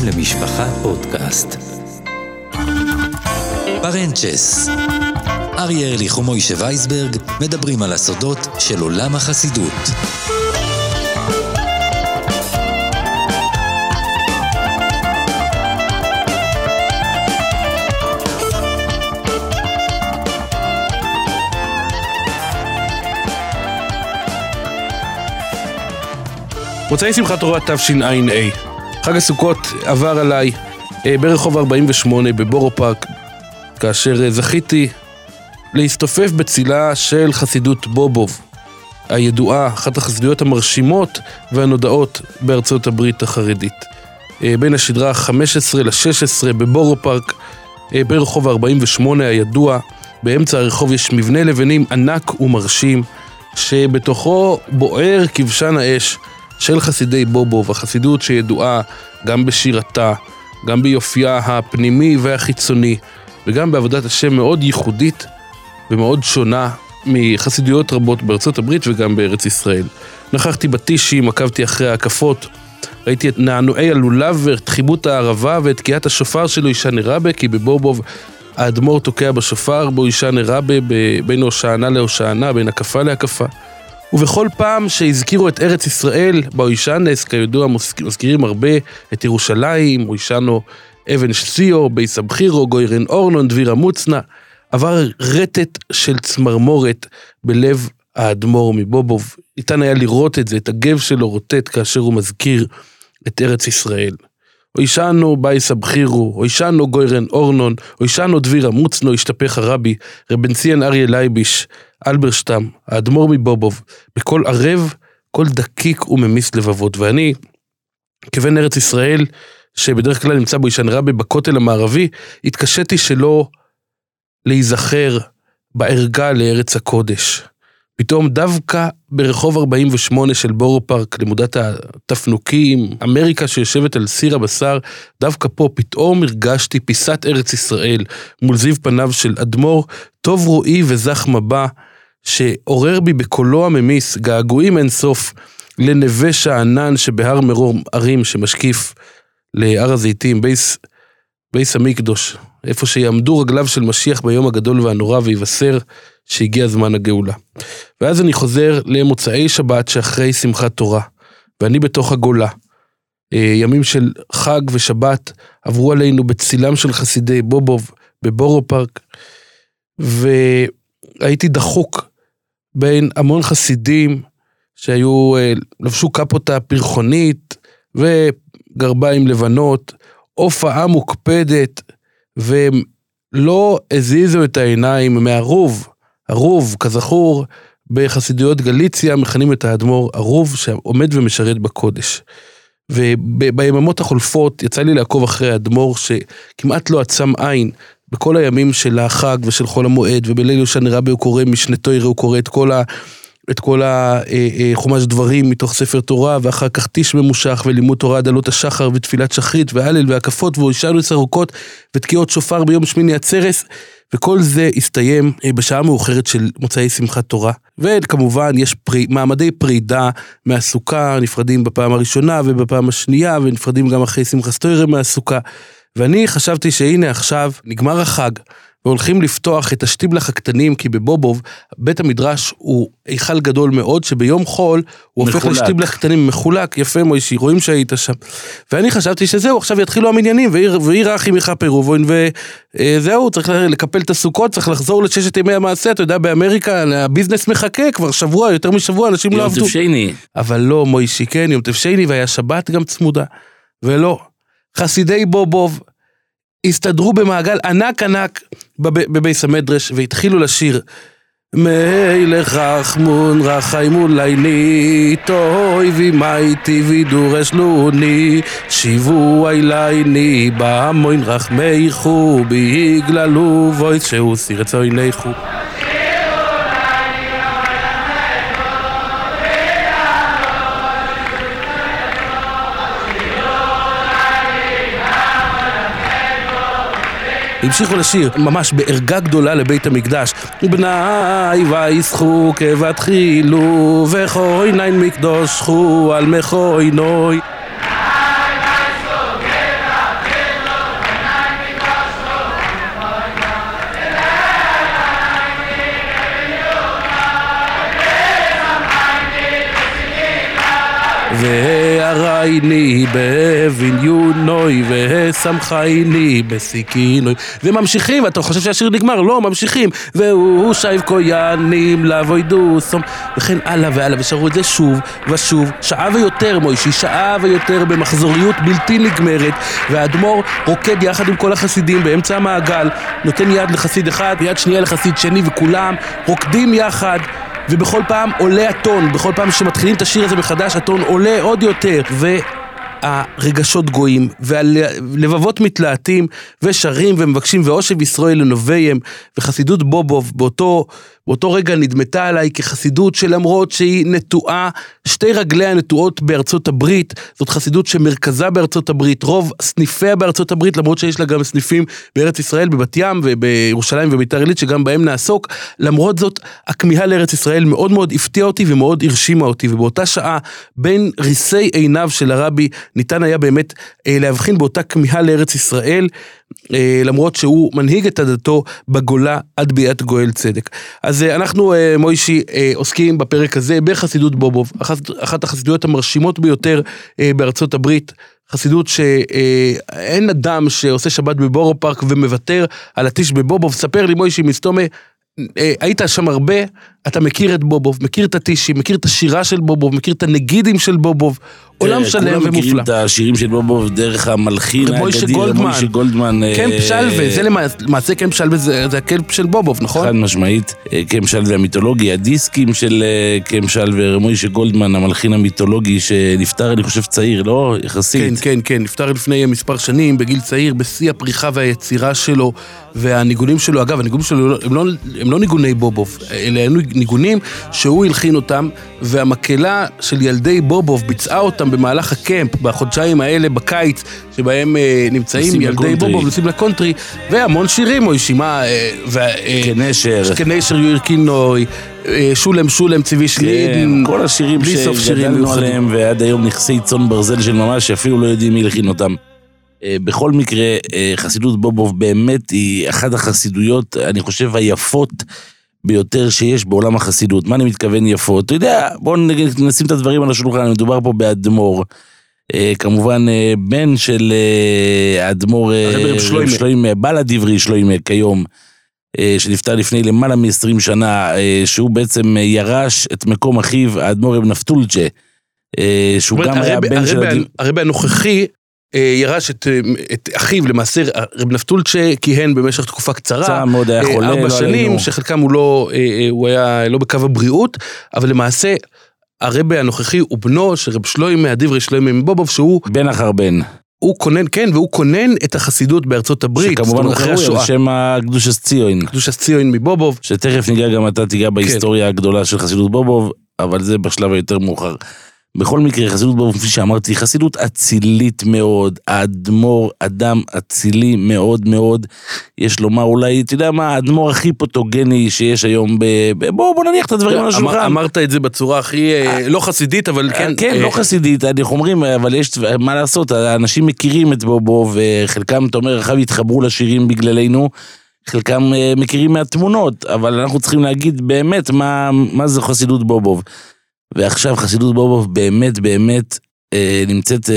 למשפחה פודקאסט. פרנצ'ס. אריה ארליך ומוישה וייסברג מדברים על הסודות של עולם החסידות. מוצאי שמחת תורה תשע"א. חג הסוכות עבר עליי ברחוב 48 בבורו פארק, כאשר זכיתי להסתופף בצילה של חסידות בובוב, הידועה, אחת החסידויות המרשימות והנודעות בארצות הברית החרדית. בין השדרה 15 ל-16 בבורו פארק, ברחוב 48 הידוע, באמצע הרחוב יש מבנה לבנים ענק ומרשים, שבתוכו בוער כבשן האש של חסידי בובוב, החסידות שידועה גם בשירתה, גם ביופייה הפנימי והחיצוני, וגם בעבודת השם מאוד ייחודית ומאוד שונה מחסידויות רבות בארצות הברית וגם בארץ ישראל. נכחתי בטישים, עקבתי אחרי ההקפות, ראיתי את נענועי הלולב ואת חיבוט הערבה ואת תקיעת השופר שלו ישן רבה, כי בבובוב האדמו"ר תוקע בשופר בו ישן רבה בין הושענא להושענא, בין הקפה להקפה. ובכל פעם שהזכירו את ארץ ישראל באוישנס, כידוע מזכירים הרבה את ירושלים, אוישנו אבן שציו, בייס הבחירו, גוירן אורנון, דביר המוצנע, עבר רטט של צמרמורת בלב האדמו"ר מבובוב. ניתן היה לראות את זה, את הגב שלו רוטט כאשר הוא מזכיר את ארץ ישראל. אוישנו בייס הבחירו, אוישנו גוירן אורנון, אוישנו דביר המוצנע, השתפך הרבי, רבן ציון אריה לייביש, אלברשטם, האדמו"ר מבובוב, בכל ערב, כל דקיק וממיס לבבות. ואני, כבן ארץ ישראל, שבדרך כלל נמצא בו ישן רבה בכותל המערבי, התקשיתי שלא להיזכר בערגה לארץ הקודש. פתאום דווקא ברחוב 48 של בורו פארק, למודת התפנוקים, אמריקה שיושבת על סיר הבשר, דווקא פה פתאום הרגשתי פיסת ארץ ישראל, מול זיו פניו של אדמו"ר, טוב רואי וזך מבא, שעורר בי בקולו הממיס, געגועים אין סוף, לנווה שאנן שבהר מרום ערים שמשקיף להר הזיתים, בייס המקדוש, איפה שיעמדו רגליו של משיח ביום הגדול והנורא, ויבשר שהגיע זמן הגאולה. ואז אני חוזר למוצאי שבת שאחרי שמחת תורה, ואני בתוך הגולה. ימים של חג ושבת עברו עלינו בצילם של חסידי בובוב בבורו פארק, והייתי דחוק בין המון חסידים שהיו, לבשו קפוטה פרחונית וגרביים לבנות, הופעה מוקפדת, והם לא הזיזו את העיניים מהרוב. הרוב, כזכור, בחסידויות גליציה מכנים את האדמו"ר הרוב שעומד ומשרת בקודש. וביממות החולפות יצא לי לעקוב אחרי האדמו"ר שכמעט לא עצם עין, בכל הימים של החג ושל חול המועד, ובליל ישן רבה הוא קורא משנתו יראה, הוא קורא את כל החומש דברים מתוך ספר תורה, ואחר כך טיש ממושך ולימוד תורה עד עלות השחר ותפילת שחרית והלל והקפות ואוישנוס ארוכות ותקיעות שופר ביום שמיני עצרת, וכל זה הסתיים בשעה מאוחרת של מוצאי שמחת תורה. וכמובן יש מעמדי פרידה מהסוכה, נפרדים בפעם הראשונה ובפעם השנייה, ונפרדים גם אחרי שמחת תורה מהסוכה. ואני חשבתי שהנה עכשיו נגמר החג, והולכים לפתוח את השטיבלח הקטנים, כי בבובוב בית המדרש הוא היכל גדול מאוד, שביום חול הוא הופך לשטיבלח קטנים מחולק, יפה מוישי, רואים שהיית שם. ואני חשבתי שזהו, עכשיו יתחילו המניינים, ועיר אחים יחפרו, וזהו, צריך לקפל את הסוכות, צריך לחזור לששת ימי המעשה, אתה יודע, באמריקה, הביזנס מחכה כבר שבוע, יותר משבוע, אנשים לא עבדו. יום תפשייני. אבל לא, מוישי, כן, יום תפשייני, והיה שבת גם צמודה. ולא, חסידי בובוב הסתדרו במעגל ענק בבייס המדרש, והתחילו לשיר מלך רחמון רחיימו לילי טוי ומייטי ודורש לוני שיבו אילייני במוין רחמייכו בגללו וויס שהוא סירצו אליכו. המשיכו לשיר ממש בערגה גדולה לבית המקדש. בני ויסחו כבתחילו וכוינין מקדושכו על מכוינוי. והרייני בבניונוי ושמחייני בסיקינוי, וממשיכים, ואתה חושב שהשיר נגמר? לא, ממשיכים, והוא שייב קויאנים לבוידו סום, וכן הלאה והלאה, ושרו את זה שוב ושוב, שעה ויותר מוישי, שעה ויותר במחזוריות בלתי נגמרת, והאדמו"ר רוקד יחד עם כל החסידים באמצע המעגל, נותן יד לחסיד אחד ויד שנייה לחסיד שני, וכולם רוקדים יחד, ובכל פעם עולה הטון, בכל פעם שמתחילים את השיר הזה מחדש, הטון עולה עוד יותר, והרגשות גויים, והלבבות מתלהטים, ושרים ומבקשים, ואושב ישראל לנוביים, וחסידות בובוב, באותו רגע נדמתה עליי כחסידות שלמרות שהיא נטועה, שתי רגליה נטועות בארצות הברית, זאת חסידות שמרכזה בארצות הברית, רוב סניפיה בארצות הברית, למרות שיש לה גם סניפים בארץ ישראל, בבת ים ובירושלים וביתר עילית, שגם בהם נעסוק, למרות זאת, הכמיהה לארץ ישראל מאוד מאוד הפתיעה אותי ומאוד הרשימה אותי, ובאותה שעה, בין ריסי עיניו של הרבי, ניתן היה באמת להבחין באותה כמיהה לארץ ישראל, למרות שהוא מנהיג את עדתו בגולה עד ביאת גואל צדק. אז אנחנו, מוישי, עוסקים בפרק הזה בחסידות בובוב, אחת החסידויות המרשימות ביותר בארצות הברית, חסידות שאין אדם שעושה שבת בבורו פארק ומוותר על הטיש בבובוב. ספר לי מוישי מסתומה, היית שם הרבה, אתה מכיר את בובוב, מכיר את הטישי, מכיר את השירה של בובוב, מכיר את הנגידים של בובוב, עולם שלם ומופלא. כולם מכירים את השירים של בובוב דרך המלחין האגדי, מוישה גולדמן. קמפ שלווה, זה למעשה קמפ שלווה, זה הקמפ של בובוב, נכון? חד משמעית, קמפ שלווה המיתולוגי, הדיסקים של קמפ שלווה, מוישה גולדמן, המלחין המיתולוגי שנפטר, אני חושב צעיר, לא? יחסית. כן, נפטר לפני מספר שנים, בגיל צעיר, בשיא הפריחה והיצירה שלו, והניגונים שלו, אגב, הניגונים שלו הם לא ניגוני בובוב, אלא ניגונים שהוא הלחין אותם, והמקהלה של ילדי בובוב ביצעה אותם במהלך הקמפ, בחודשיים האלה בקיץ, שבהם נמצאים ילדי בובוב, נוסעים לקונטרי, והמון שירים, או ישימה, כנשר יויר קינוי, שולם ציווי שלידן, כל השירים שגדלנו עליהם, ועד היום נכסי צאן ברזל של ממש, שאפילו לא יודעים מי הלחין אותם. בכל מקרה, חסידות בובוב באמת היא אחת החסידויות, אני חושב, היפות ביותר שיש בעולם החסידות. מה אני מתכוון יפות? אתה יודע, בואו נשים את הדברים על השולחן, מדובר פה באדמו"ר, כמובן בן של האדמו"ר שלוימה, בעל הדברי שלוימה כיום, שנפטר לפני למעלה מ-20 שנה, שהוא בעצם ירש את מקום אחיו, האדמו"ר אבן נפתולצ'ה, שהוא גם היה בן של... הרבי הנוכחי, ירש את אחיו, למעשה רב נפתולצ'ה כיהן במשך תקופה קצרה, מאוד היה חולה, 4 שנים, שחלקם הוא היה לא בקו הבריאות, אבל למעשה הרבי הנוכחי הוא בנו של רב שלוימה, הדברי שלוימה מבובוב, שהוא בן אחר בן. הוא כונן, כן, והוא כונן את החסידות בארצות הברית. שכמובן אחרי השואה. על שם הקדושת ציון. קדושת ציון מבובוב. שתכף ניגע גם אתה תיגע בהיסטוריה הגדולה של חסידות בובוב, אבל זה בשלב היותר מאוחר. בכל מקרה, חסידות בובוב, כפי שאמרתי, חסידות אצילית מאוד, האדמו"ר, אדם אצילי מאוד מאוד, יש לומר אולי, אתה יודע מה, האדמו"ר הכי פוטוגני שיש היום, בוא נניח את הדברים על השולחן. אמרת את זה בצורה הכי, לא חסידית, אבל כן. כן, לא חסידית, אנחנו אומרים, אבל יש מה לעשות, האנשים מכירים את בובוב, וחלקם, אתה אומר, עכשיו התחברו לשירים בגללנו, חלקם מכירים מהתמונות, אבל אנחנו צריכים להגיד באמת מה זה חסידות בובוב. ועכשיו חסידות בובוב באמת נמצאת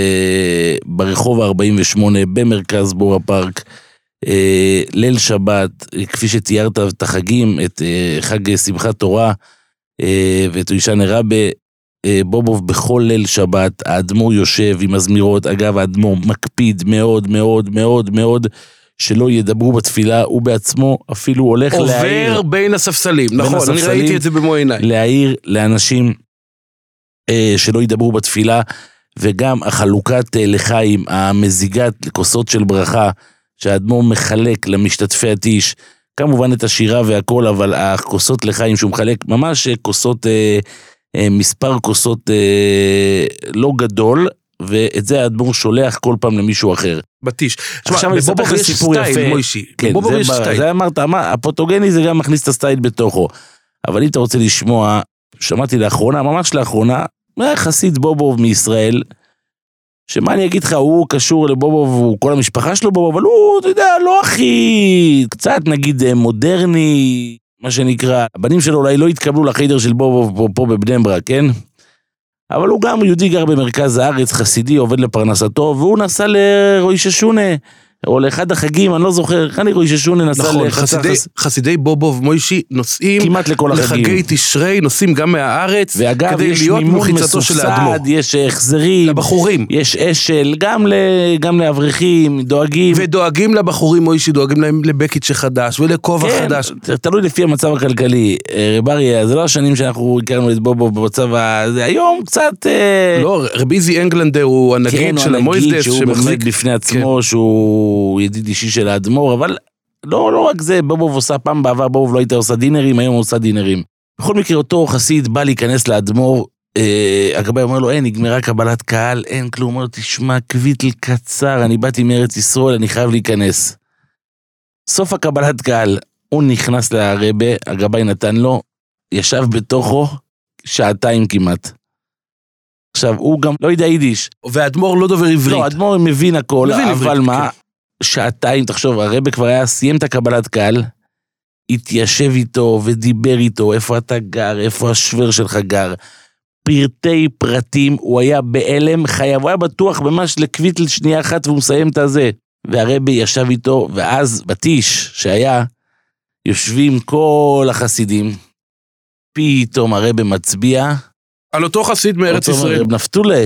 ברחוב ה-48 במרכז בור הפארק, ליל שבת, כפי שתיארת את החגים, את חג שמחת תורה ואת ישן הרבה, בובוב בכל ליל שבת, האדמו"ר יושב עם הזמירות, אגב האדמו"ר מקפיד מאוד מאוד מאוד מאוד, שלא ידברו בתפילה, הוא בעצמו אפילו הולך להעיר. עובר בין הספסלים, נכון, אני ראיתי את זה במו עיניי. להעיר לאנשים שלא ידברו בתפילה, וגם החלוקת לחיים, המזיגת לכוסות של ברכה, שהאדמו"ר מחלק למשתתפי הטיש, כמובן את השירה והכל, אבל הכוסות לחיים שהוא מחלק, ממש כוסות, מספר כוסות לא גדול, ואת זה האדמו"ר שולח כל פעם למישהו אחר. בטיש. עכשיו אני אספר לך סיפור יפה. כן, זה אמרת, הפוטוגני זה גם מכניס את הסטייל בתוכו. אבל אם אתה רוצה לשמוע, שמעתי לאחרונה, ממש לאחרונה, חסיד בובוב מישראל, שמה אני אגיד לך, הוא קשור לבובוב, הוא כל המשפחה שלו בובוב, אבל הוא, אתה יודע, לא הכי, קצת נגיד מודרני, מה שנקרא, הבנים שלו אולי לא התקבלו לחיידר של בובוב פה בבני ברק, כן? אבל הוא גם יהודי גר במרכז הארץ, חסידי, עובד לפרנסתו, והוא נסע לרועי ששונה, או לאחד החגים, אני לא זוכר, כאן רועי ששונה נסע נכון, חסידי בובוב מוישי נוסעים כמעט לכל החגים. לחגי תשרי, נוסעים גם מהארץ, ואגב, כדי יש להיות מימון מחיצתו של האדמו"ר. מסובסד, יש החזרים, לבחורים. יש אשל, גם לאברכים, דואגים. ודואגים לבחורים מוישי, דואגים להם לבקיץ' חדש, ולכובע חדש. כן, תלוי לפי המצב הכלכלי. בריה, זה לא השנים שאנחנו הכרנו את בובוב במצב הזה, היום קצת... לא, רבי איזי אנגלנדר הוא הנגיד של המויזדס, שהוא מחזיק בפני עצמו, שהוא ידיד אישי של האדמו"ר, אבל לא רק זה, בובוב עושה פעם בעבר, בובוב לא הייתה עושה דינרים, היום הוא עושה דינרים. בכל מקרה, אותו חסיד בא להיכנס לאדמו"ר, הגבאי אומר לו, אין, נגמרה קבלת קהל, אין כלום, אומר לו, תשמע, קוויטל קצר, אני באתי מארץ ישראל, אני חייב להיכנס. סוף הקבלת קהל, הוא נכנס לרבה, הגבאי נתן לו, ישב בתוכו שעתיים כמעט. עכשיו, הוא גם לא יודע יידיש. והאדמו"ר לא דובר עברית. לא, האדמו"ר מבין הכל, אבל מה, שעתיים, תחשוב, הרבה כבר היה סיים את הקבלת קהל, התיישב איתו ודיבר איתו, איפה אתה גר, איפה השוור שלך גר, פרטי פרטים, הוא היה באלם חייב, הוא היה בטוח ממש לקוויטל שנייה אחת, והוא מסיים את הזה. והרבי ישב איתו, ואז בתיש שהיה, יושבים כל החסידים, פתאום הרבי מצביע, על אותו חסיד מארץ ישראל. רב נפתולה,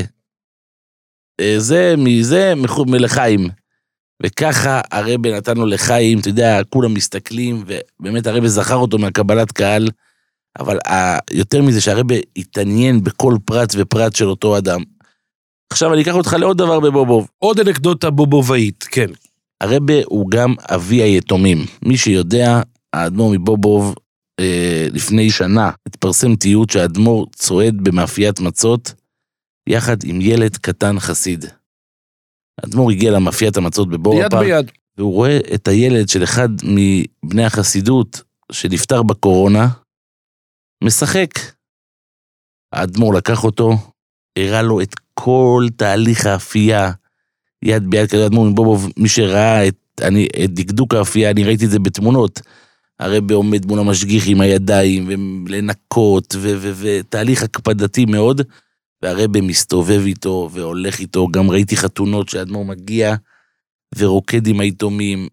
זה מלחיים. וככה הרבי נתן לו לחיים, אתה יודע, כולם מסתכלים, ובאמת הרבי זכר אותו מהקבלת קהל, אבל יותר מזה שהרבי התעניין בכל פרט ופרט של אותו אדם. עכשיו אני אקח אותך לעוד דבר בבובוב. עוד אנקדוטה בובובאית, כן. הרבי הוא גם אבי היתומים. מי שיודע, האדמו"ר מבובוב, לפני שנה התפרסם תיעוד שהאדמו"ר צועד במאפיית מצות, יחד עם ילד קטן חסיד. האדמו"ר הגיע למאפיית המצות בבורפארק, יד ביד. והוא רואה את הילד של אחד מבני החסידות, שנפטר בקורונה, משחק. האדמו"ר לקח אותו, הראה לו את כל תהליך האפייה, יד ביד, כזה האדמו"ר מבובוב, מי שראה את דקדוק האפייה, אני ראיתי את זה בתמונות, הרבי עומד מול המשגיח עם הידיים, ולנקות, ותהליך הקפדתי מאוד, והרבי מסתובב איתו, והולך איתו, גם ראיתי חתונות שהאדמו"ר מגיע, ורוקד עם היתומים,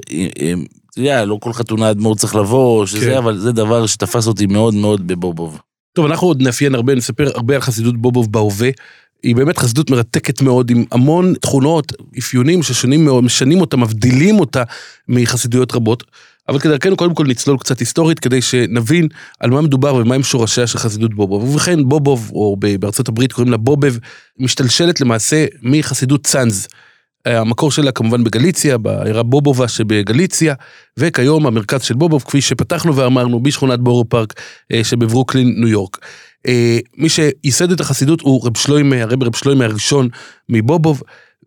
לא כל חתונה האדמו"ר צריך לבוא, שזה, אבל זה דבר שתפס אותי מאוד מאוד בבובוב. טוב, אנחנו עוד נאפיין הרבה, נספר הרבה על חסידות בובוב בהווה, היא באמת חסידות מרתקת מאוד, עם המון תכונות, אפיונים ששונים מאוד, משנים אותה, מבדילים אותה מחסידויות רבות, אבל כדרכנו קודם כל נצלול קצת היסטורית, כדי שנבין על מה מדובר ומה הם שורשיה של חסידות בובוב. ובכן בובוב, או בארצות הברית קוראים לה בובב, משתלשלת למעשה מחסידות צאנז. המקור שלה כמובן בגליציה, בעיירה בובובה שבגליציה, וכיום המרכז של בובוב, כפי שפתחנו ואמרנו, בשכונת בורופארק שבברוקלין, ניו יורק. מי שייסד את החסידות הוא רב שלוימה הראשון מבובוב,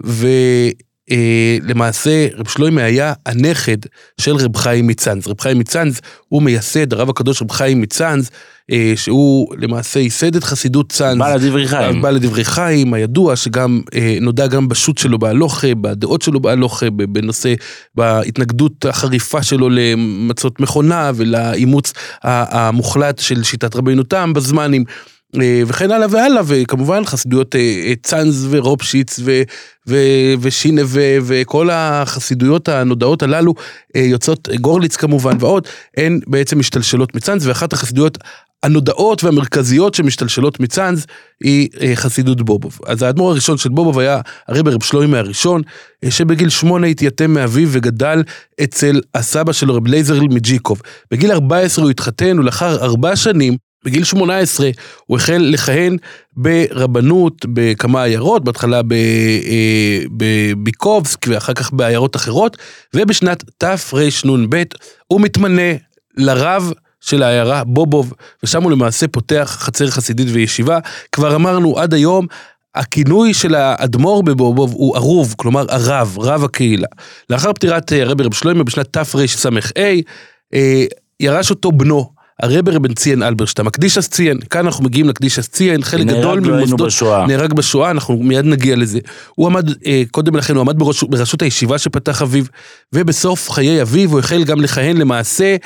ולמעשה רב שלוימה היה הנכד של רב חיים מצאנז. רב חיים מצאנז הוא מייסד, הרב הקדוש רב חיים מצאנז, שהוא למעשה ייסד את חסידות צאנז. בא לדברי חיים. בא לדברי חיים, הידוע שגם נודע גם בשו"ת שלו בהלוכה, בדעות שלו בהלוכה, בנושא, בהתנגדות החריפה שלו למצות מכונה, ולאימוץ המוחלט של שיטת רבינו תם בזמנים, וכן הלאה והלאה, וכמובן חסידויות צאנז ורופשיץ ושינבה, וכל החסידויות הנודעות הללו, יוצאות גורליץ כמובן ועוד, הן בעצם משתלשלות מצאנז, ואחת החסידויות הנודעות והמרכזיות שמשתלשלות מצאנז, היא חסידות בובוב. אז האדמו"ר הראשון של בובוב היה הרבי רב שלוימה הראשון, שבגיל 8 התייתם מאביו וגדל אצל הסבא שלו רב לייזר מג'יקוב. בגיל 14 הוא התחתן, ולאחר 4 שנים, בגיל 18 הוא החל לכהן ברבנות בכמה עיירות, בהתחלה בביקובסק ואחר כך בעיירות אחרות, ובשנת תרנ"ב הוא מתמנה לרב של העיירה בובוב, ושם הוא למעשה פותח חצר חסידית וישיבה. כבר אמרנו עד היום, הכינוי של האדמו"ר בבובוב הוא ערוב, כלומר הרב, רב הקהילה. לאחר פטירת הרבי רב שלוימה בשנת תרס"ה, ירש אותו בנו, הרבי רבן ציין אלברשטם, הקדישס ציין, כאן אנחנו מגיעים לקדישס ציין, חלק גדול ממוסדות, נהרג בשואה, אנחנו מיד נגיע לזה. הוא עמד, קודם לכן הוא עמד בראשות הישיבה שפתח אביו, ובסוף חיי אביו הוא החל גם לכהן למעשה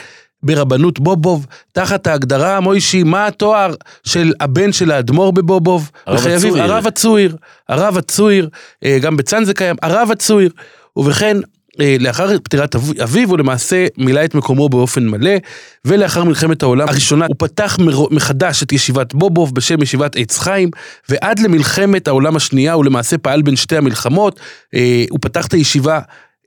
ברבנות בובוב, תחת ההגדרה, מוישי, מה התואר של הבן של האדמו"ר בבובוב? הרב הצויר. הרב הצויר, גם בצאן זה קיים, הרב הצויר, ובכן, לאחר פטירת אביו הוא למעשה מילא את מקומו באופן מלא, ולאחר מלחמת העולם הראשונה הוא פתח מחדש את ישיבת בובוב בשם ישיבת עץ חיים, ועד למלחמת העולם השנייה הוא למעשה פעל בין שתי המלחמות, הוא פתח את הישיבה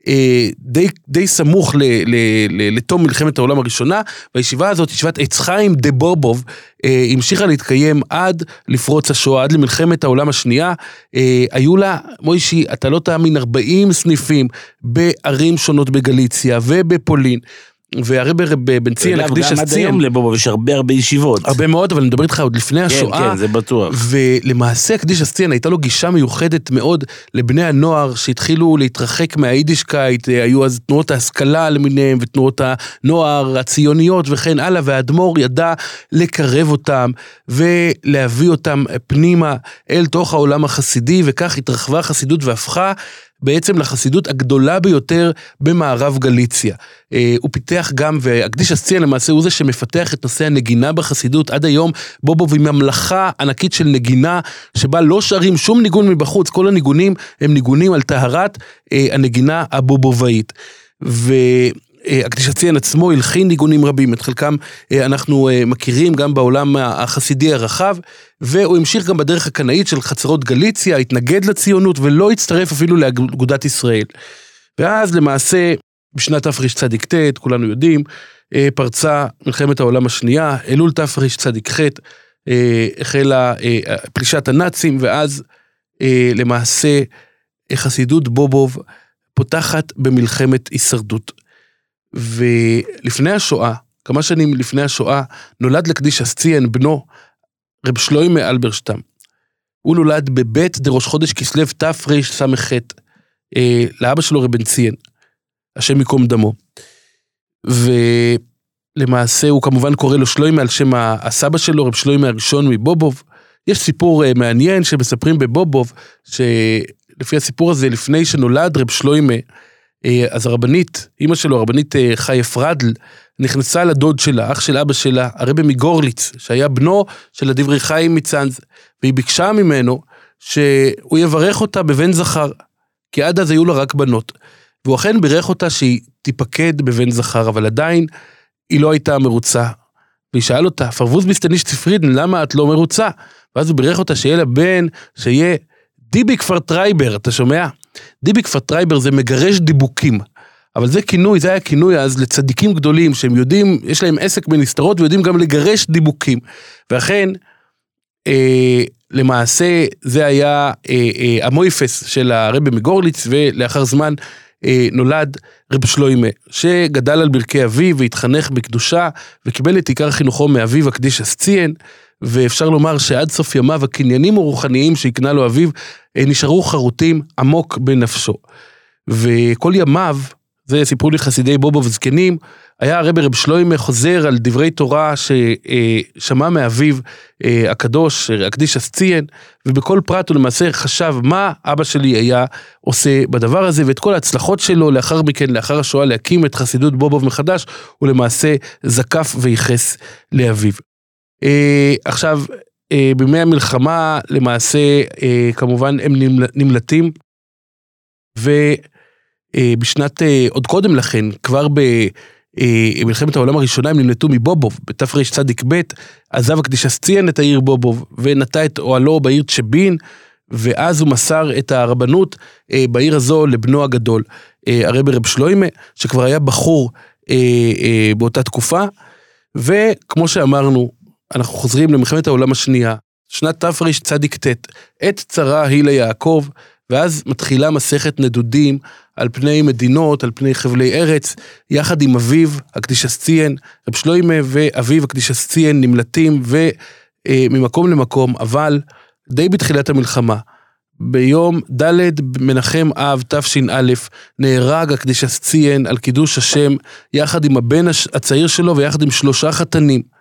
די סמוך לתום מלחמת העולם הראשונה, והישיבה הזאת, ישיבת עץ חיים דה בובוב, המשיכה להתקיים עד לפרוץ השואה, עד למלחמת העולם השנייה, היו לה, מוישי, אתה לא תאמין, 40 סניפים בערים שונות בגליציה ובפולין, והרי בבן ציין, הקדיש גם עד היום לבובוב יש הרבה ישיבות. הרבה מאוד, אבל אני מדבר איתך עוד לפני השואה. כן, זה בטוח. ולמעשה הקדיש ציין הייתה לו גישה מיוחדת מאוד לבני הנוער שהתחילו להתרחק מהיידישקייט, היו אז תנועות ההשכלה למיניהם ותנועות הנוער הציוניות וכן הלאה, והאדמו"ר ידע לקרב אותם ולהביא אותם פנימה אל תוך העולם החסידי, וכך התרחבה החסידות והפכה בעצם לחסידות הגדולה ביותר במערב גליציה. הוא פיתח גם, והקדיש ציין למעשה הוא זה שמפתח את נושא הנגינה בחסידות, עד היום בובוב היא ממלכה ענקית של נגינה, שבה לא שרים שום ניגון מבחוץ, כל הניגונים הם ניגונים על טהרת הנגינה הבובובאית. הקדיש ציין עצמו הלחין ניגונים רבים, את חלקם אנחנו מכירים גם בעולם החסידי הרחב, והוא המשיך גם בדרך הקנאית של חצרות גליציה, התנגד לציונות ולא הצטרף אפילו לאגודת ישראל. ואז למעשה בשנת תרצ"ט, כולנו יודעים, פרצה מלחמת העולם השנייה, אלול תרצ"ח, החלה פלישת הנאצים, ואז למעשה חסידות בובוב פותחת במלחמת הישרדות. ולפני השואה, כמה שנים לפני השואה, נולד לקדיש ציין בנו, רב שלוימה אלברשטם. הוא נולד בבית דראש חודש כסלו תרס"ח, לאבא שלו רבן ציין, השם יקום דמו. ולמעשה הוא כמובן קורא לו שלוימה על שם הסבא שלו, רב שלוימה הראשון מבובוב. יש סיפור מעניין שמספרים בבובוב, שלפי הסיפור הזה, לפני שנולד רב שלוימה, אז הרבנית, אמא שלו, הרבנית חיה פרדל, נכנסה לדוד שלה, אח של אבא שלה, הרבי מגורליץ, שהיה בנו של הדברי חיים מצאנז, והיא ביקשה ממנו שהוא יברך אותה בבן זכר, כי עד אז היו לה רק בנות, והוא אכן בירך אותה שהיא תיפקד בבן זכר, אבל עדיין היא לא הייתה מרוצה, והיא שאל אותה, פרבוז בסטניש צפרידן, למה את לא מרוצה? ואז הוא בירך אותה שיהיה לה בן, שיהיה דיבי כפר טרייבר, אתה שומע? דיבי כפר טרייבר זה מגרש דיבוקים, אבל זה כינוי, זה היה כינוי אז לצדיקים גדולים, שהם יודעים, יש להם עסק בנסתרות, ויודעים גם לגרש דיבוקים, ואכן, למעשה, זה היה המויפס של הרבי מגורליץ, ולאחר זמן נולד רב שלוימה, שגדל על ברכי אביו, והתחנך בקדושה, וקיבל את עיקר חינוכו מאביו הקדיש ציין, ואפשר לומר שעד סוף ימיו הקניינים הרוחניים שהקנה לו אביו, נשארו חרוטים עמוק בנפשו. וכל ימיו, זה סיפרו לי חסידי בובוב וזקנים, היה הרבי רב שלוימה חוזר על דברי תורה ששמע מאביו הקדוש, הקדיש ציין, ובכל פרט הוא למעשה חשב מה אבא שלי היה עושה בדבר הזה, ואת כל ההצלחות שלו לאחר מכן, לאחר השואה, להקים את חסידות בובוב מחדש, הוא למעשה זקף וייחס לאביו. עכשיו, בימי המלחמה למעשה כמובן הם נמלטים, ובשנת עוד קודם לכן, כבר במלחמת העולם הראשונה הם נמלטו מבובוב, בתרצ"ב, עזב הקדיש ציין את העיר בובוב, ונטע את אוהלו בעיר צ'בין, ואז הוא מסר את הרבנות בעיר הזו לבנו הגדול, הרבי רב שלוימה, שכבר היה בחור באותה תקופה, וכמו שאמרנו, אנחנו חוזרים למלחמת העולם השנייה, שנת תרצ"ט, עת צרה היא ליעקב, ואז מתחילה מסכת נדודים על פני מדינות, על פני חבלי ארץ, יחד עם אביו, הקדיש ציין, רב שלוימה ואביו הקדיש ציין נמלטים, וממקום למקום, אבל די בתחילת המלחמה, ביום ד' מנחם אב תש"א, נהרג הקדיש ציין על קידוש השם, יחד עם הבן הצעיר שלו, ויחד עם 3 חתנים,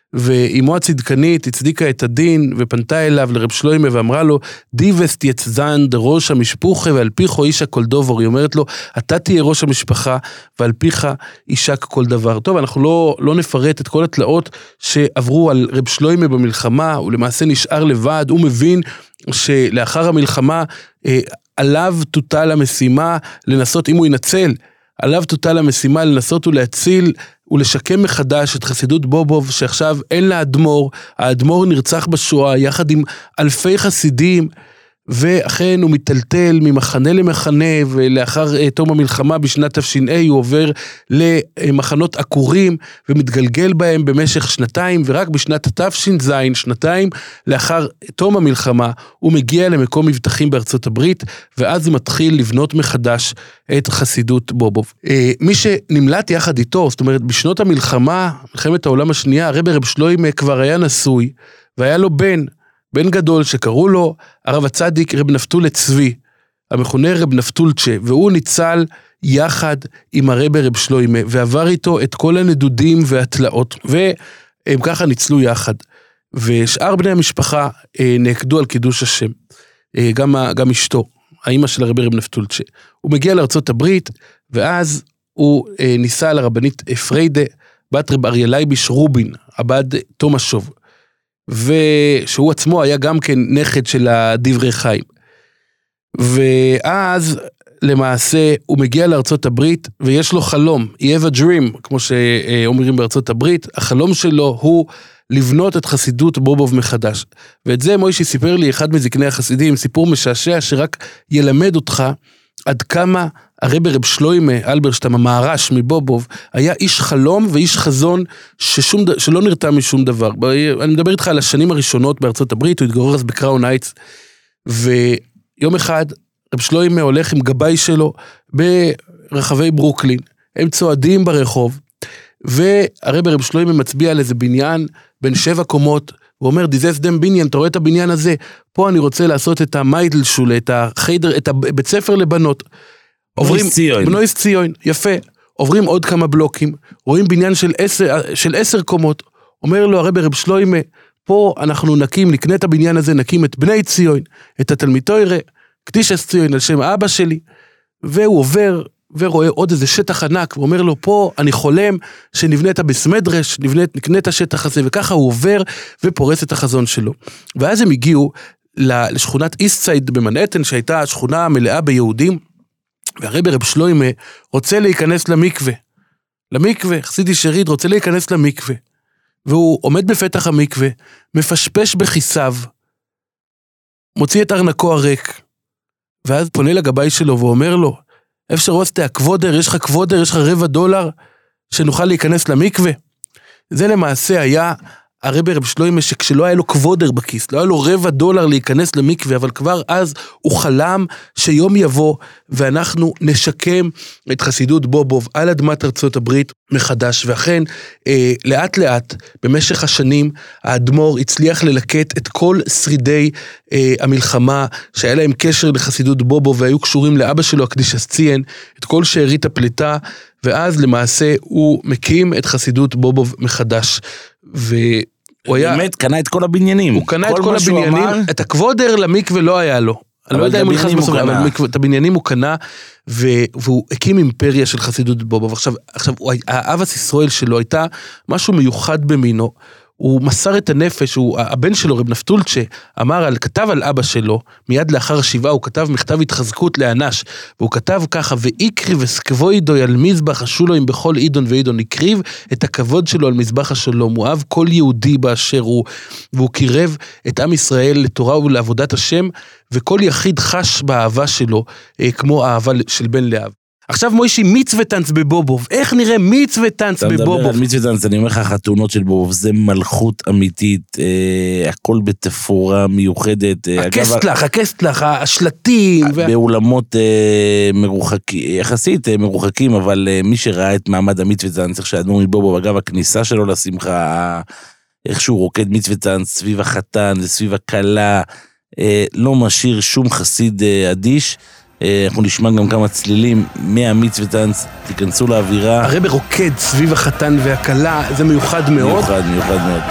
ואימו הצדקנית הצדיקה את הדין, ופנתה אליו לרב שלוימה, ואמרה לו, דיבסט יצזן דראש המשפוחה, ועל פיך אישה כל דובר. היא אומרת לו, אתה תהיה ראש המשפחה, ועל פיך אישק כל דבר. טוב, אנחנו לא נפרט את כל התלאות שעברו על רב שלוימה במלחמה, הוא למעשה נשאר לבד, הוא מבין שלאחר המלחמה, עליו תוטל המשימה לנסות, אם הוא ינצל, עליו תוטל המשימה לנסות ולהציל ולשקם מחדש את חסידות בובוב, שעכשיו אין לה אדמו"ר, האדמו"ר נרצח בשואה יחד עם אלפי חסידים, ואכן הוא מטלטל ממחנה למחנה, ולאחר תום המלחמה בשנת תש"ע הוא עובר למחנות עקורים, ומתגלגל בהם במשך שנתיים, ורק בשנת תש"ז, שנתיים לאחר תום המלחמה, הוא מגיע למקום מבטחים בארצות הברית, ואז הוא מתחיל לבנות מחדש את חסידות בובוב. מי שנמלט יחד איתו, זאת אומרת בשנות המלחמה, מלחמת העולם השנייה, הרב שלוימה כבר היה נשוי, והיה לו בן גדול שקראו לו הרב הצדיק רב נפתול צבי, המכונה רב נפתולצ'ה, והוא ניצל יחד עם הרב שלוימה, ועבר איתו את כל הנדודים והתלאות, והם ככה ניצלו יחד. ושאר בני המשפחה נעקדו על קידוש השם, גם אשתו, האמא של הרב נפתולצ'ה. הוא מגיע לארצות הברית, ואז הוא ניסה לרבנית פריידה, בת רב אריה לייביש רובין, עבד תומשוב, ושהוא עצמו היה גם כן נכד של הדברי חיים. ואז למעשה הוא מגיע לארצות הברית, ויש לו חלום, he have a dream, כמו שאומרים בארצות הברית, החלום שלו הוא לבנות את חסידות בובוב מחדש. ואת זה מוישי סיפר לי, אחד מזקני החסידים, סיפור משעשע שרק ילמד אותך, עד כמה הרב שלוימה אלברשטם, המערש מבובוב, היה איש חלום ואיש חזון שלא נרתע משום דבר. אני מדבר איתך על השנים הראשונות בארצות הברית, הוא התגורר אז בקראון הייטס, ויום אחד רב שלוימה הולך עם גבאי שלו ברחבי ברוקלין, הם צועדים ברחוב, והרב שלוימה מצביע על איזה בניין בין 7 קומות, הוא אומר, דיזס דם בניין, אתה רואה את הבניין הזה, פה אני רוצה לעשות את המיידלשול, את החיידר, את הבית ספר לבנות. בנויס ציון, יפה. עוברים עוד כמה בלוקים, רואים בניין של 10 קומות, אומר לו הרב שלוימה, פה אנחנו נקנה את הבניין הזה, נקים את בני ציון, את התלמיד תורה, קדישס ציון על שם האבא שלי, והוא עובר ורואה עוד איזה שטח ענק, ואומר לו, פה אני חולם שנבנה את הבסמדרש, נקנה את השטח הזה, וככה הוא עובר ופורס את החזון שלו. ואז הם הגיעו לשכונת איסטסייד במנהטן, שהייתה שכונה מלאה ביהודים, והרב שלוימה רוצה להיכנס למקווה, חסידי שריד רוצה להיכנס למקווה, והוא עומד בפתח המקווה, מפשפש בכיסיו, מוציא את ארנקו הריק, ואז פונה לגבאי שלו ואומר לו, אפשר רוסטה, כבודר, יש לך $2 שנוכל להיכנס למקווה. זה למעשה היה הרב שלוימה, שכשלא היה לו כבודר בכיס, לא היה לו $2 להיכנס למקווה, אבל כבר אז הוא חלם שיום יבוא, ואנחנו נשקם את חסידות בובוב על אדמת ארצות הברית מחדש, ואכן לאט לאט במשך השנים האדמו"ר הצליח ללקט את כל שרידי המלחמה שהיה להם קשר לחסידות בובוב, והיו קשורים לאבא שלו הקדישס ציין, את כל שארית הפליטה, ואז למעשה הוא מקים את חסידות בובוב מחדש, והוא היה... באמת, קנה את כל הבניינים. הוא קנה את כל הבניינים, את הכבודר למקווה לא היה לו. אני לא יודע אם הוא נכנס בסוף, אבל את הבניינים הוא קנה, והוא הקים אימפריה של חסידות בובוב. עכשיו, האבס ישראל שלו הייתה משהו מיוחד במינו, הוא מסר את הנפש, הבן שלו, רב נפתולצ'ה, כתב על אבא שלו, מיד לאחר השבעה, הוא כתב מכתב התחזקות לאנש, והוא כתב ככה, ואיקריב אסקבוידו על מזבח השולוים בכל עידון ועידון, הקריב את הכבוד שלו על מזבח השלום, הוא אהב כל יהודי באשר הוא, והוא קירב את עם ישראל לתורה ולעבודת השם, וכל יחיד חש באהבה שלו, כמו האהבה של בן לאב. עכשיו מוישי, מצווה טנץ בבובוב, איך נראה מצווה טנץ בבובוב? אתה מדבר על מצווה טנץ, אני אומר לך, החתונות של בובוב, זה מלכות אמיתית, הכל בתפאורה מיוחדת. הקסטלח, השלטים. באולמות יחסית מרוחקים, אבל מי שראה את מעמד המצווה טנץ, צריך שהאדמו"ר מבובוב, אגב, הכניסה שלו לשמחה, איך שהוא רוקד מצווה טנץ, סביב החתן, סביב הכלה, לא משאיר שום חסיד אדיש, אנחנו נשמע גם כמה צלילים מהמיץ וטנץ, תיכנסו לאווירה. הרב רוקד סביב החתן והכלה, זה מיוחד מאוד. מיוחד מאוד.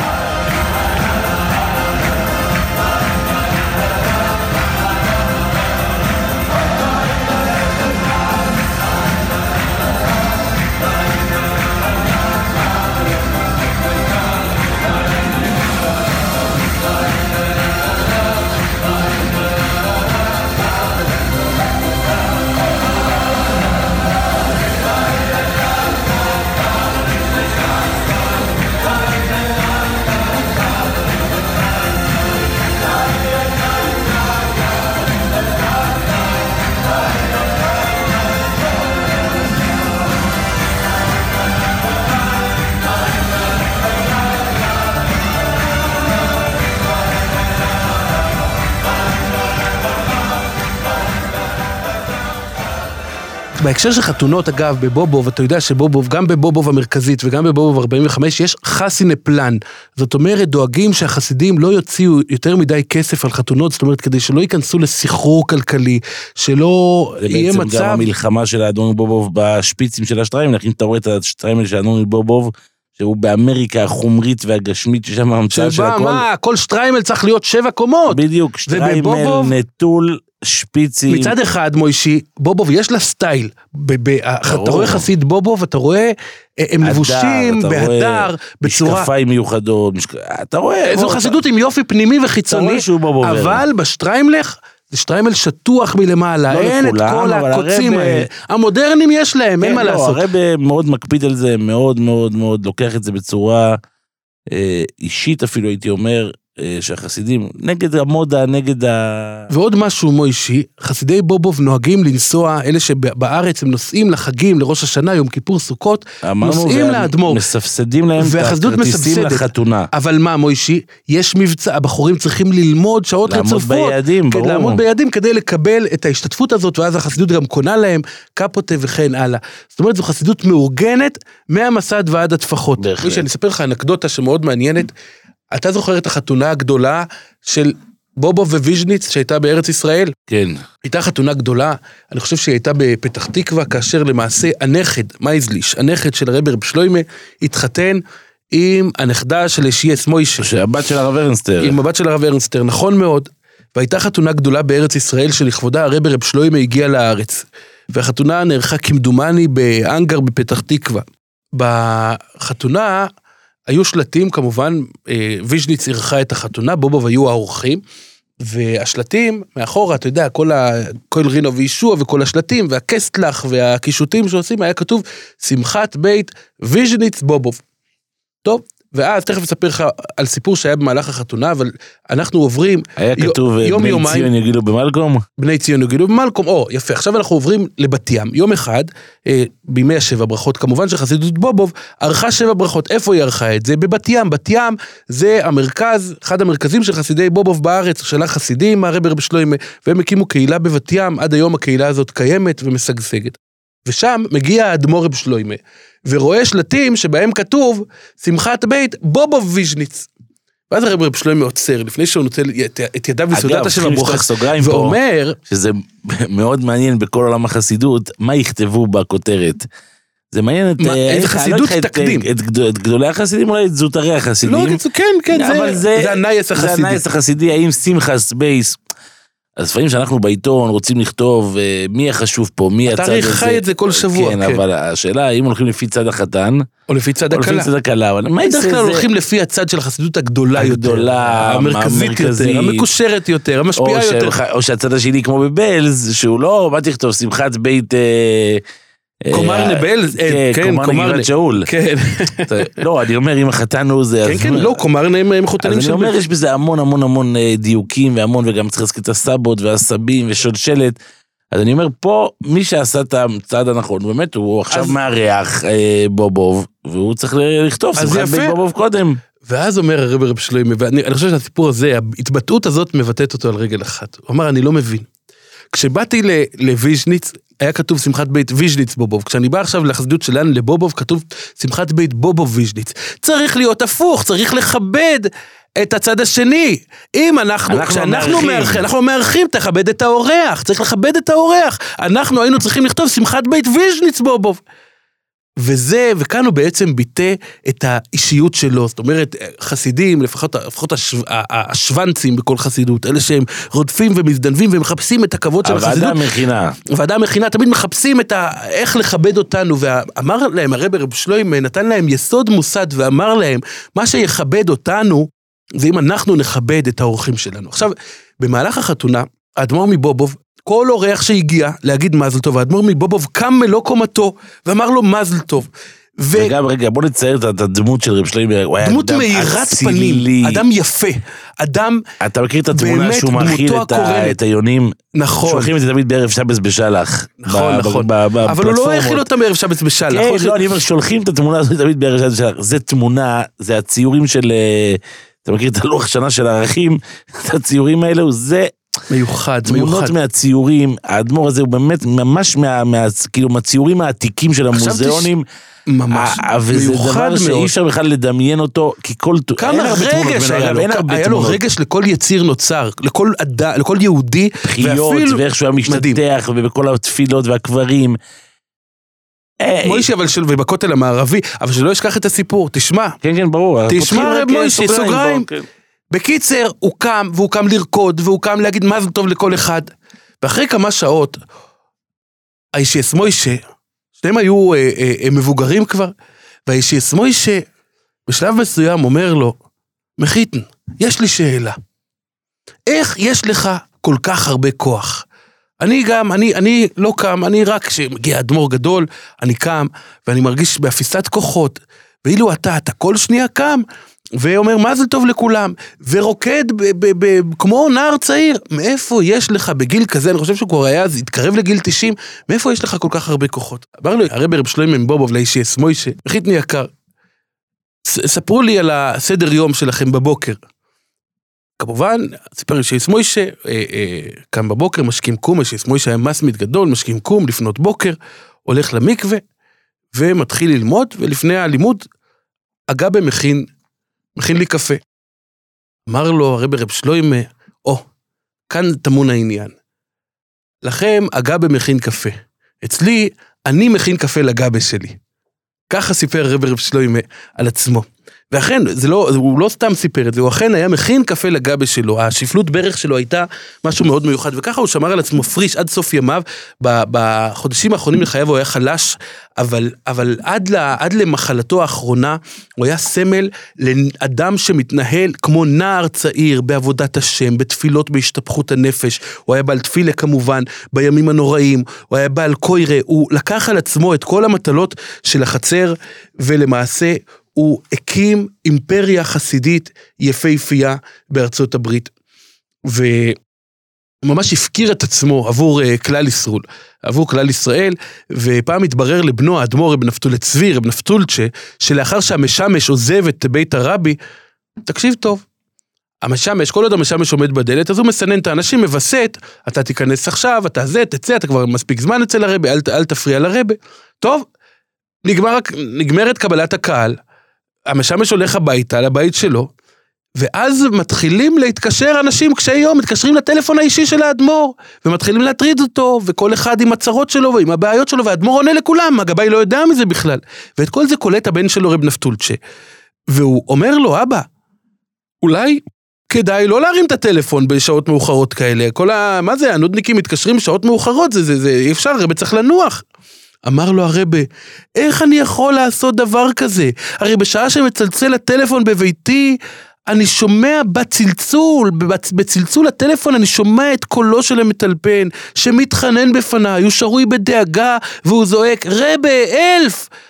בהקשר של חתונות, אגב, בבובוב, אתה יודע שבובוב, גם בבובוב המרכזית וגם בבובוב 45, יש חסינה פלן. זאת אומרת, דואגים שהחסידים לא יוציאו יותר מדי כסף על חתונות, זאת אומרת, כדי שלא ייכנסו לסחרור כלכלי, שלא יהיה מצב... זה בעצם גם המלחמה של האדון בובוב בשפיצים של השטריימל, אם אתה רואה את השטריימל של האדון בובוב, שהוא באמריקה החומרית והגשמית, ששם המצאה של הכל... מה, כל שטריימל צריך להיות 7 קומות. בדיוק, שטריימל, נטול... שפיצים. מצד אחד, מוישי, בובוב יש לה סטייל. אתה רואה חסיד בובוב, אתה רואה, הם לבושים בהדר, בצורה... משקפיים מיוחדות, אתה רואה... זו חסידות עם יופי פנימי וחיצוני, אבל בשטריימלך, זה שטריימל שטוח מלמעלה, אין את כל הקוצים האלה. המודרנים יש להם, אין מה לעשות. הרב מאוד מקפיד על זה, מאוד מאוד מאוד, לוקח את זה בצורה אישית אפילו, הייתי אומר, שהחסידים, נגד המודה, נגד ועוד משהו מוישי, חסידי בובוב נוהגים לנסוע, אלה שבארץ הם נוסעים לחגים, לראש השנה, יום כיפור, סוכות, נוסעים לאדמו"ר. מספסדים להם את הכרטיסים לחתונה. אבל מה מוישי? יש מבצע, הבחורים צריכים ללמוד שעות רצופות. לעמוד ביעדים, ברור. לעמוד ביעדים כדי לקבל את ההשתתפות הזאת, ואז החסידות גם קונה להם, קפוטה וכן הלאה. זאת אומרת, זו חסידות מאורגנת, מהמסד ועד הטפחות. מוישי, אני אספר לך אנקדוטה שמאוד מעניינת. אתה זוכר את החתונה הגדולה של בובוב וויז'ניץ שהייתה בארץ ישראל? כן. הייתה חתונה גדולה, אני חושב שהיא הייתה בפתח תקווה, כאשר למעשה הנכד, מייזליש, הנכד של הרב שלוימה, התחתן עם הנכדה של ישייס מוישה. שהבת של הרב ארנסטר. עם הבת של הרב ארנסטר, נכון מאוד. והייתה חתונה גדולה בארץ ישראל שלכבודה הרב שלוימה הגיע לארץ. והחתונה נערכה כמדומני באנגר בפתח תקווה. בחתונה... היו שלטים, כמובן, ויז'ניץ ערכה את החתונה, בובוב היו האורחים, והשלטים, מאחורה, אתה יודע, כל רינו וישוע וכל השלטים, והקסטלח והקישוטים שעושים, היה כתוב, שמחת בית ויז'ניץ בובוב. טוב, ואז תכף אספר לך על סיפור שהיה במהלך החתונה, אבל אנחנו עוברים... היה כתוב בני ציון יגילו במלקום? בני ציון יגילו במלקום, יפה, עכשיו אנחנו עוברים לבת ים. יום אחד, בימי השבע ברכות, כמובן שחסידות בובוב, ערכה 7 ברכות. איפה היא ערכה את זה? בבת ים. בת ים זה המרכז, אחד המרכזים של חסידי בובוב בארץ, שלח חסידים, הרב שלוימה, והם הקימו קהילה בבת ים, עד היום הקהילה הזאת קיימת ומשגשגת. ושם מגיע האדמו"ר רב שלוימה, ורואה שלטים שבהם כתוב, שמחת בית בובוב ויז'ניץ. ואז הרב שלוימה עוצר, לפני שהוא נוטל את ידיו בסעודת השם הברוכת, ואומר... שזה מאוד מעניין בכל עולם החסידות, מה יכתבו בכותרת. זה מעניין את חסידות תקדים. את גדולי החסידים, אולי את זוטרי החסידים. לא, כן, זה הנייס החסידי. זה הנייס החסידי, האם שמחס בייס... אז לפעמים שאנחנו בעיתון רוצים לכתוב מי החשוב פה, מי הצד הזה. אתה חי את זה כל שבוע. כן, אבל השאלה, האם הולכים לפי צד החתן, או לפי צד הקלה. בדרך כלל הולכים לפי הצד של החסידות הגדולה יותר. המרכזית יותר, המקושרת יותר, המשפיעה יותר. או שהצד השני כמו בבלז, שהוא לא, מה תכתוב, שמחת בית... קומרנה בלז, כן, קומרנה שאול. כן. לא, אני אומר, אם החתן הוא זה... כן, לא, קומרנה הם חותנים של... אז אני אומר, יש בזה המון דיוקים, והמון, וגם צריך להזכיר את הסבות והסבים ושולשלת. אז אני אומר, פה, מי שעשה את הצעד הנכון, באמת, הוא עכשיו מארח בובוב, והוא צריך לכתוב, שמחת בית בובוב קודם. ואז אומר הרב שלוימה, ואני חושב שהסיפור הזה, ההתבטאות הזאת מבטאת אותו על רגל אחת. הוא אמר, אני לא מבין. כשבאתי לויז'ניץ, היה כתוב שמחת בית ויז'ניץ בובוב. כשאני בא עכשיו לחסידות שלנו לבובוב, כתוב שמחת בית בובוב ויז'ניץ. צריך להיות הפוך, צריך לכבד את הצד השני. אם אנחנו מארחים, תכבד את האורח, צריך לכבד את האורח. אנחנו היינו צריכים לכתוב שמחת בית ויז'ניץ בובוב. וכאן הוא בעצם ביטא את האישיות שלו, זאת אומרת, חסידים, לפחות השוונצים בכל חסידות, אלה שהם רודפים ומזדנבים ומחפשים את הכבוד של החסידות. הוועדה המכינה, תמיד מחפשים איך לכבד אותנו, ואמר להם, הרב שלוים נתן להם יסוד מוסד, ואמר להם, מה שיכבד אותנו, זה אם אנחנו נכבד את האורחים שלנו. עכשיו, במהלך החתונה, האדמו"ר מבובוב, כל אורח שהגיע להגיד מזל טוב, האדמו"ר מבובוב קם מלוא קומתו, ואמר לו מזל טוב. רגע, בוא נצייר את הדמות של רב שלוים, דמות מאירת פנים, אדם יפה, אדם... אתה מכיר את התמונה שהוא מאכיל את היונים? נכון. שולחים את זה תמיד בערב שבס בשלח. נכון. אבל הוא לא האכיל אותם בערב שבס בשלח. כן, לא, אני אומר, שולחים את התמונה הזאת תמיד בערב שבס בשלח. זה תמונה, זה הציורים של... אתה מכיר את הלוח שנה של הערכים, את הציורים האלו, זה... מיוחד. תמונות מהציורים, האדמו"ר הזה הוא באמת ממש כאילו מהציורים העתיקים של המוזיאונים, ממש וזה דבר שאי אפשר בכלל לדמיין אותו, כי כמה רגש היה לו רגש לכל יציר נוצר, לכל יהודי, בחיות, ואיך שהוא היה משתתח, ובכל התפילות והקברים. מוישי, ובכותל המערבי, אבל שלא ישכח את הסיפור, תשמע. כן, ברור. תשמע רב מוישי, סוגריים. בקיצר, הוא קם לרקוד, והוא קם להגיד מזל טוב לכל אחד. ואחרי כמה שעות, האישייס מוישה, שניהם היו מבוגרים כבר, והאישייס מוישה, בשלב מסוים אומר לו, מחיתן, יש לי שאלה. איך יש לך כל כך הרבה כוח? אני לא קם, אני רק כשמגיע אדמו"ר גדול, אני קם, ואני מרגיש באפיסת כוחות, ואילו אתה כל שנייה קם, ואומר מזל טוב לכולם, ורוקד כמו נער צעיר, מאיפה יש לך בגיל כזה, אני חושב שהוא כבר היה, התקרב לגיל 90, מאיפה יש לך כל כך הרבה כוחות? אמר לו, הרב שלוים מבובוב לאישייס מוישה, מחיתני יקר, ספרו לי על הסדר יום שלכם בבוקר. כמובן, סיפר אישייס מוישה, קם בבוקר, משכים קום, אישייס מוישה היה מסמית גדול, משכים קום, לפנות בוקר, הולך למקווה, ומתחיל ללמוד, ולפני הלימוד, הגבה מכין לי קפה. אמר לו הרב שלוים, כאן טמון העניין. לכם הגבה מכין קפה. אצלי, אני מכין קפה לגבה שלי. ככה סיפר הרב שלוים על עצמו. ואכן, הוא לא סתם סיפר את זה, הוא אכן היה מכין קפה לגבה שלו, השפלות ברך שלו הייתה משהו מאוד מיוחד, וככה הוא שמר על עצמו פריש עד סוף ימיו, בחודשים האחרונים לחייו הוא היה חלש, אבל עד למחלתו האחרונה, הוא היה סמל לאדם שמתנהל כמו נער צעיר, בעבודת השם, בתפילות בהשתפכות הנפש, הוא היה בעל תפילה כמובן, בימים הנוראים, הוא היה בעל קוירה, הוא לקח על עצמו את כל המטלות של החצר, ולמעשה הוא הקים אימפריה חסידית יפהפייה בארצות הברית, וממש הפקיר את עצמו עבור כלל ישראל, ופעם התברר לבנו האדמו"ר רב נפתול צבי, רב נפתולצ'ה, שלאחר שהמשמש עוזב את בית הרבי, תקשיב טוב, המשמש, כל עוד המשמש עומד בדלת, אז הוא מסנן את האנשים, מבסט, אתה תיכנס עכשיו, תצא, אתה כבר מספיק זמן אצל הרבי, אל תפריע לרבי, טוב, נגמרת קבלת הקהל, המשמש הולך הביתה, לבית שלו, ואז מתחילים להתקשר אנשים קשי יום, מתקשרים לטלפון האישי של האדמו"ר, ומתחילים להטריד אותו, וכל אחד עם הצרות שלו, ועם הבעיות שלו, והאדמו"ר עונה לכולם, הגבאי לא יודע מזה בכלל, ואת כל זה קולט הבן שלו רב נפתולצ'ה, והוא אומר לו, אבא, אולי כדאי לא להרים את הטלפון בשעות מאוחרות כאלה, מה זה, הנודניקים מתקשרים בשעות מאוחרות, זה אי אפשר, הרב צריך לנוח. אמר לו הרבי, איך אני יכול לעשות דבר כזה? הרי בשעה שמצלצל הטלפון בביתי, אני שומע בצלצול הטלפון, אני שומע את קולו של המטלפן, שמתחנן בפניי, הוא שרוי בדאגה, והוא זועק, רבי, אלף,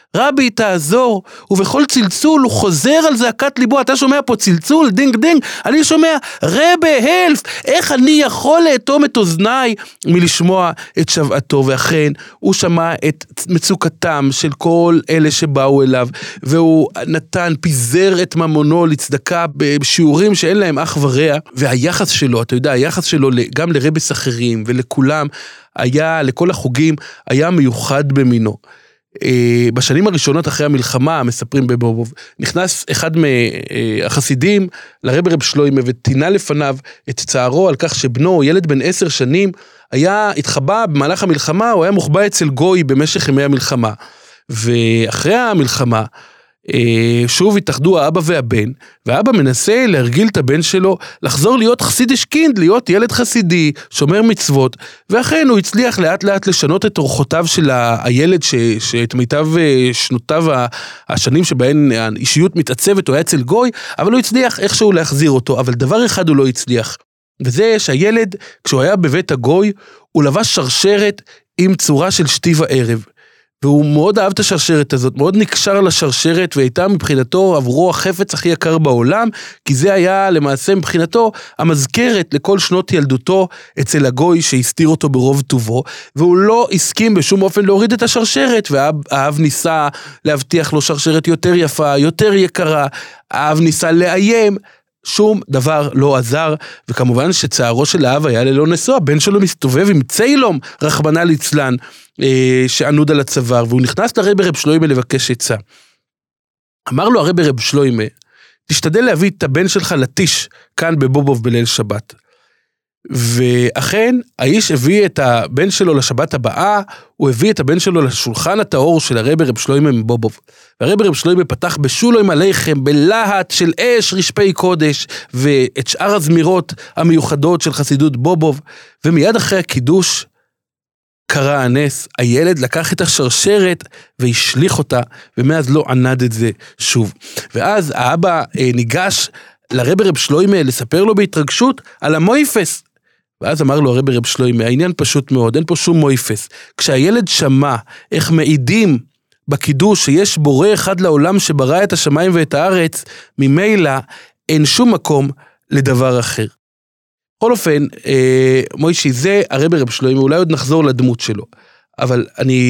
רבי תעזור, ובכל צלצול הוא חוזר על זעקת ליבו, אתה שומע פה צלצול, דינג דינג, אני שומע, רבי הלף, איך אני יכול לאטום את אוזניי מלשמוע את שוועתו, ואכן הוא שמע את מצוקתם של כל אלה שבאו אליו, והוא נתן, פיזר את ממונו לצדקה בשיעורים שאין להם אח ורע, והיחס שלו, אתה יודע, היחס שלו גם לרבס אחרים ולכולם, היה, לכל החוגים, היה מיוחד במינו. בשנים הראשונות אחרי המלחמה, מספרים בבובוב, נכנס אחד מהחסידים לרבי רב שלוימה, ותינה לפניו את צערו על כך שבנו, ילד בן 10 שנים, התחבא במהלך המלחמה, הוא היה מוחבא אצל גוי במשך ימי המלחמה. ואחרי המלחמה, שוב התאחדו האבא והבן, והאבא מנסה להרגיל את הבן שלו, לחזור להיות חסיד אשכינד, להיות ילד חסידי, שומר מצוות, ואכן הוא הצליח לאט לאט לשנות את אורחותיו של הילד, שאת מיטב שנותיו השנים שבהן האישיות מתעצבת, הוא היה אצל גוי, אבל הוא הצליח איכשהו להחזיר אותו, אבל דבר אחד הוא לא הצליח, וזה שהילד, כשהוא היה בבית הגוי, הוא לבש שרשרת עם צורה של שתי וערב, והוא מאוד אהב את השרשרת הזאת, מאוד נקשר לשרשרת, והייתה מבחינתו עבורו החפץ הכי יקר בעולם, כי זה היה למעשה מבחינתו המזכרת לכל שנות ילדותו אצל הגוי שהסתיר אותו ברוב טובו, והוא לא הסכים בשום אופן להוריד את השרשרת, והאב ניסה להבטיח לו שרשרת יותר יפה, יותר יקרה, האב ניסה לאיים, שום דבר לא עזר, וכמובן שצערו של האב היה ללא נשוא, הבן שלו מסתובב עם ציילום, רחמנא ליצלן, שענוד על הצוואר, והוא נכנס לרבי רב שלוימה לבקש עצה. אמר לו הרבי רב שלוימה, תשתדל להביא את הבן שלך לטיש, כאן בבובוב בליל שבת. ואכן, האיש הביא את הבן שלו לשבת הבאה, הוא הביא את הבן שלו לשולחן הטהור של הרבי רב שלוימה מבובוב. והרבי רב שלוימה פתח בשולוים עליכם, בלהט של אש רשפי קודש, ואת שאר הזמירות המיוחדות של חסידות בובוב, ומיד אחרי הקידוש, קרה הנס, הילד לקח את השרשרת והשליך אותה, ומאז לא ענד את זה שוב. ואז האבא ניגש לרבי רב שלוימה לספר לו בהתרגשות על המויפס. ואז אמר לו הרבי רב שלוימה, העניין פשוט מאוד, אין פה שום מויפס. כשהילד שמע איך מעידים בקידוש שיש בורא אחד לעולם שברא את השמיים ואת הארץ, ממילא אין שום מקום לדבר אחר. בכל אופן, מוישי, זה הרבי רב שלוימה, אולי עוד נחזור לדמות שלו, אבל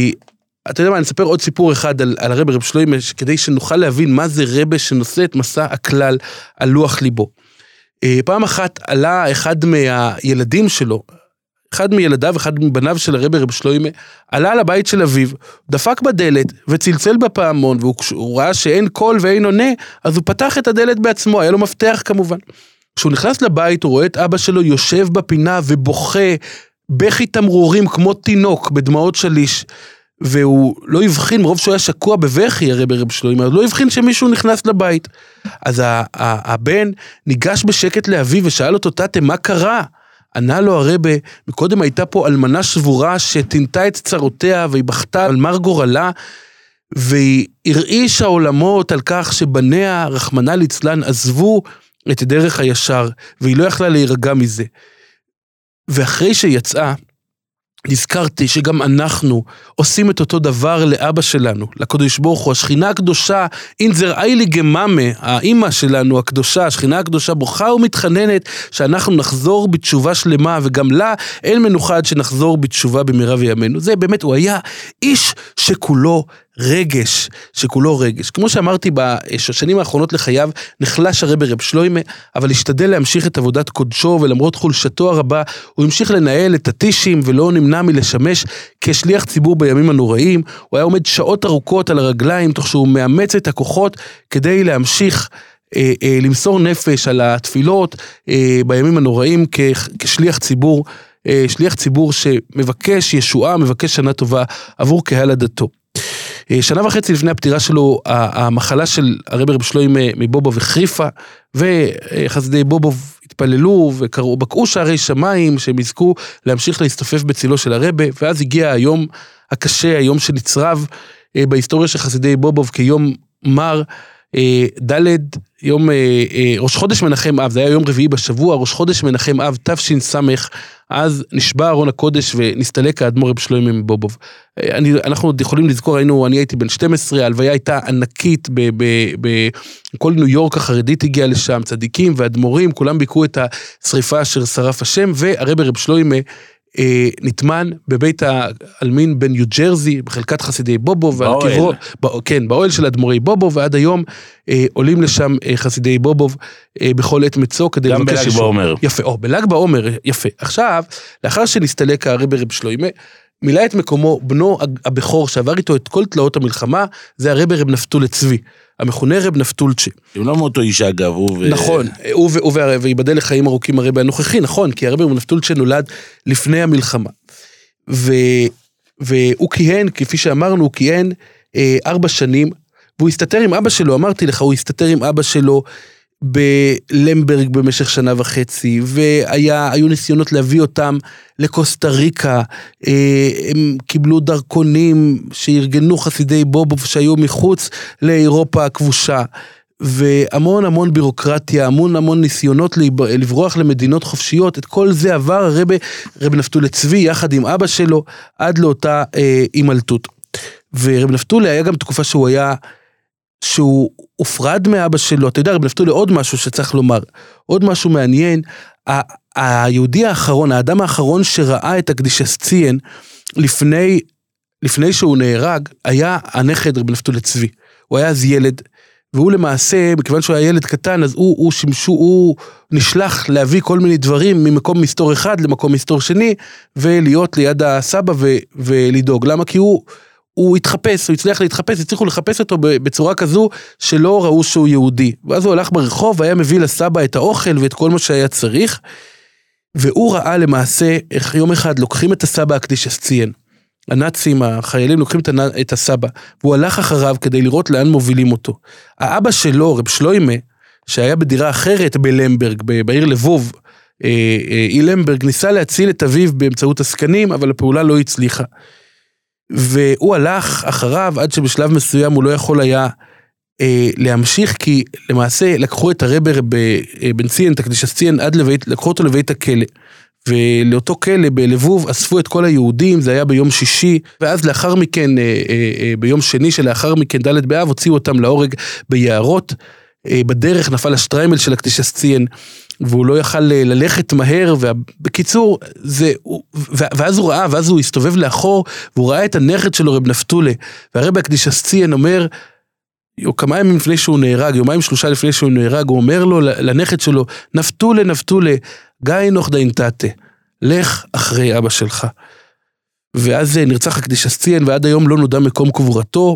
אתה יודע מה, אני אספר עוד סיפור אחד על הרבי רב שלוימה, כדי שנוכל להבין מה זה רבי שנושא את מסע הכלל על לוח ליבו. פעם אחת עלה אחד מהילדים שלו, אחד מילדיו, אחד מבניו של הרבי רב שלוימה, עלה על הבית של אביו, דפק בדלת וצלצל בפעמון, והוא ראה שאין קול ואין עונה, אז הוא פתח את הדלת בעצמו, היה לו מפתח כמובן. כשהוא נכנס לבית, הוא רואה את אבא שלו יושב בפינה ובוכה, בכי תמרורים כמו תינוק בדמעות שליש, והוא לא הבחין, מרוב שהוא היה שקוע בבכי הרבי רב שלוימה, לא הבחין שמישהו נכנס לבית. אז הבן ניגש בשקט לאביו ושאל אותו, תתה, מה קרה? ענה לו הרבי, מקודם הייתה פה אלמנה שבורה שתינתה את צרותיה והיא בכתה על מר גורלה, והיא הרעישה עולמות על כך שבניה רחמנא ליצלן עזבו את דרך הישר, והיא לא יכלה להירגע מזה. ואחרי שיצאה, נזכרתי שגם אנחנו עושים את אותו דבר לאבא שלנו, לקדוש ברוך הוא, השכינה הקדושה, אינזר איילי גממה, האמא שלנו הקדושה, השכינה הקדושה בוכה ומתחננת שאנחנו נחזור בתשובה שלמה, וגם לה אין מנוחה עד שנחזור בתשובה במהרה בימינו. זה באמת, הוא היה איש שכולו רגש, שכולו רגש. כמו שאמרתי בשנים האחרונות לחייו, נחלש הרבי רב שלוימה, אבל השתדל להמשיך את עבודת קודשו, ולמרות חולשתו הרבה, הוא המשיך לנהל את הטישים, ולא נמנע מלשמש כשליח ציבור בימים הנוראים. הוא היה עומד שעות ארוכות על הרגליים, תוך שהוא מאמץ את הכוחות, כדי להמשיך למסור נפש על התפילות בימים הנוראים, כשליח ציבור, שליח ציבור שמבקש ישועה, מבקש שנה טובה עבור קהל עדתו. שנה וחצי לפני הפטירה שלו, המחלה של הרבי רב שלוימה מבובוב החריפה, וחסידי בובוב התפללו ובקעו שערי שמיים שהם יזכו להמשיך להסתופף בצילו של הרבי, ואז הגיע היום הקשה, היום שנצרב בהיסטוריה של חסידי בובוב כיום מר, ד' ראש חודש מנחם אב, זה היה יום רביעי בשבוע, ראש חודש מנחם אב, תשסמך, אז נשבע ארון הקודש ונסתלק האדמו"ר רב שלמה מבובוב. אנחנו עוד יכולים לזכור, אני הייתי בן 12, ההלוויה הייתה ענקית, כל ניו יורק החרדית הגיעה לשם, צדיקים ואדמו"רים, כולם ביקרו את השריפה אשר שרף השם, והרב רב שלמה נטמן בבית העלמין בניו ג'רזי, בחלקת חסידי בובוב, כן, באוהל של אדמו"רי בובוב, ועד היום עולים לשם חסידי בובוב בכל עת מצוא, כדי גם בל"ג בעומר. יפה, בל"ג בעומר, יפה. עכשיו, לאחר שנסתלק הרב רב שלמה, מילא את מקומו בנו הבכור, שעבר איתו את כל תלאות המלחמה, זה הרב רב נפתול צבי, המכונה רב נפתולצ'ה. הם לא מאותו אישה אגב, נכון, ויבדל לחיים ארוכים הרב הנוכחי, נכון, כי הרב רב נפתולצ'ה נולד לפני המלחמה. והוא כיהן, כפי שאמרנו, הוא כיהן 4 שנים, והוא הסתתר עם אבא שלו, אמרתי לך, הוא הסתתר עם אבא שלו, בלמברג במשך 1.5 שנה, והיו ניסיונות להביא אותם לקוסטה ריקה, הם קיבלו דרכונים שארגנו חסידי בובוב שהיו מחוץ לאירופה הכבושה, והמון המון בירוקרטיה, המון ניסיונות לברוח למדינות חופשיות, את כל זה עבר רב נפתול צבי יחד עם אבא שלו, עד לאותה הימלטות. ורב נפתול היה גם תקופה שהוא הופרד מאבא שלו, אתה יודע, רב נפתול עוד משהו שצריך לומר, עוד משהו מעניין, היהודי האחרון, האדם האחרון שראה את הקדישסציין, לפני שהוא נהרג, היה הנכד רב נפתול צבי, הוא היה אז ילד, והוא למעשה, מכיוון שהוא היה ילד קטן, אז הוא נשלח להביא כל מיני דברים, ממקום מסתור אחד למקום מסתור שני, ולהיות ליד הסבא ולדאוג, למה? כי הוא התחפש, הוא הצליח להתחפש, הצליחו לחפש אותו בצורה כזו שלא ראו שהוא יהודי. ואז הוא הלך ברחוב, והיה מביא לסבא את האוכל ואת כל מה שהיה צריך, והוא ראה למעשה איך יום אחד לוקחים את הסבא הקדישסציין, הנאצים, החיילים לוקחים את הסבא, והוא הלך אחריו כדי לראות לאן מובילים אותו. האבא שלו, רב שלוימה, שהיה בדירה אחרת בלמברג, בעיר לבוב, למברג, ניסה להציל את אביו באמצעות הסקנים, אבל הפעולה לא הצליחה. והוא הלך אחריו עד שבשלב מסוים הוא לא יכול היה להמשיך, כי למעשה לקחו את הרב בן ציין, את הקדישסציין, לקחו אותו לבית הכלא, ולאותו כלא בלבוב אספו את כל היהודים, זה היה ביום שישי, ואז לאחר מכן, ביום שני שלאחר מכן, ד' באב, הוציאו אותם להורג ביערות, בדרך נפל השטריימל של הקדישסציין, והוא לא יכל ללכת מהר, ובקיצור, ואז הוא הסתובב לאחור, והוא ראה את הנכד שלו, רב נפתולה, והרב הקדישסציין אומר, כמה ימים לפני שהוא נהרג, 2-3 לפני שהוא נהרג, הוא אומר לו לנכד שלו, נפתולה, גיא נוח דיינתתה, לך אחרי אבא שלך. ואז נרצח הקדישסציין, ועד היום לא נודע מקום קבורתו,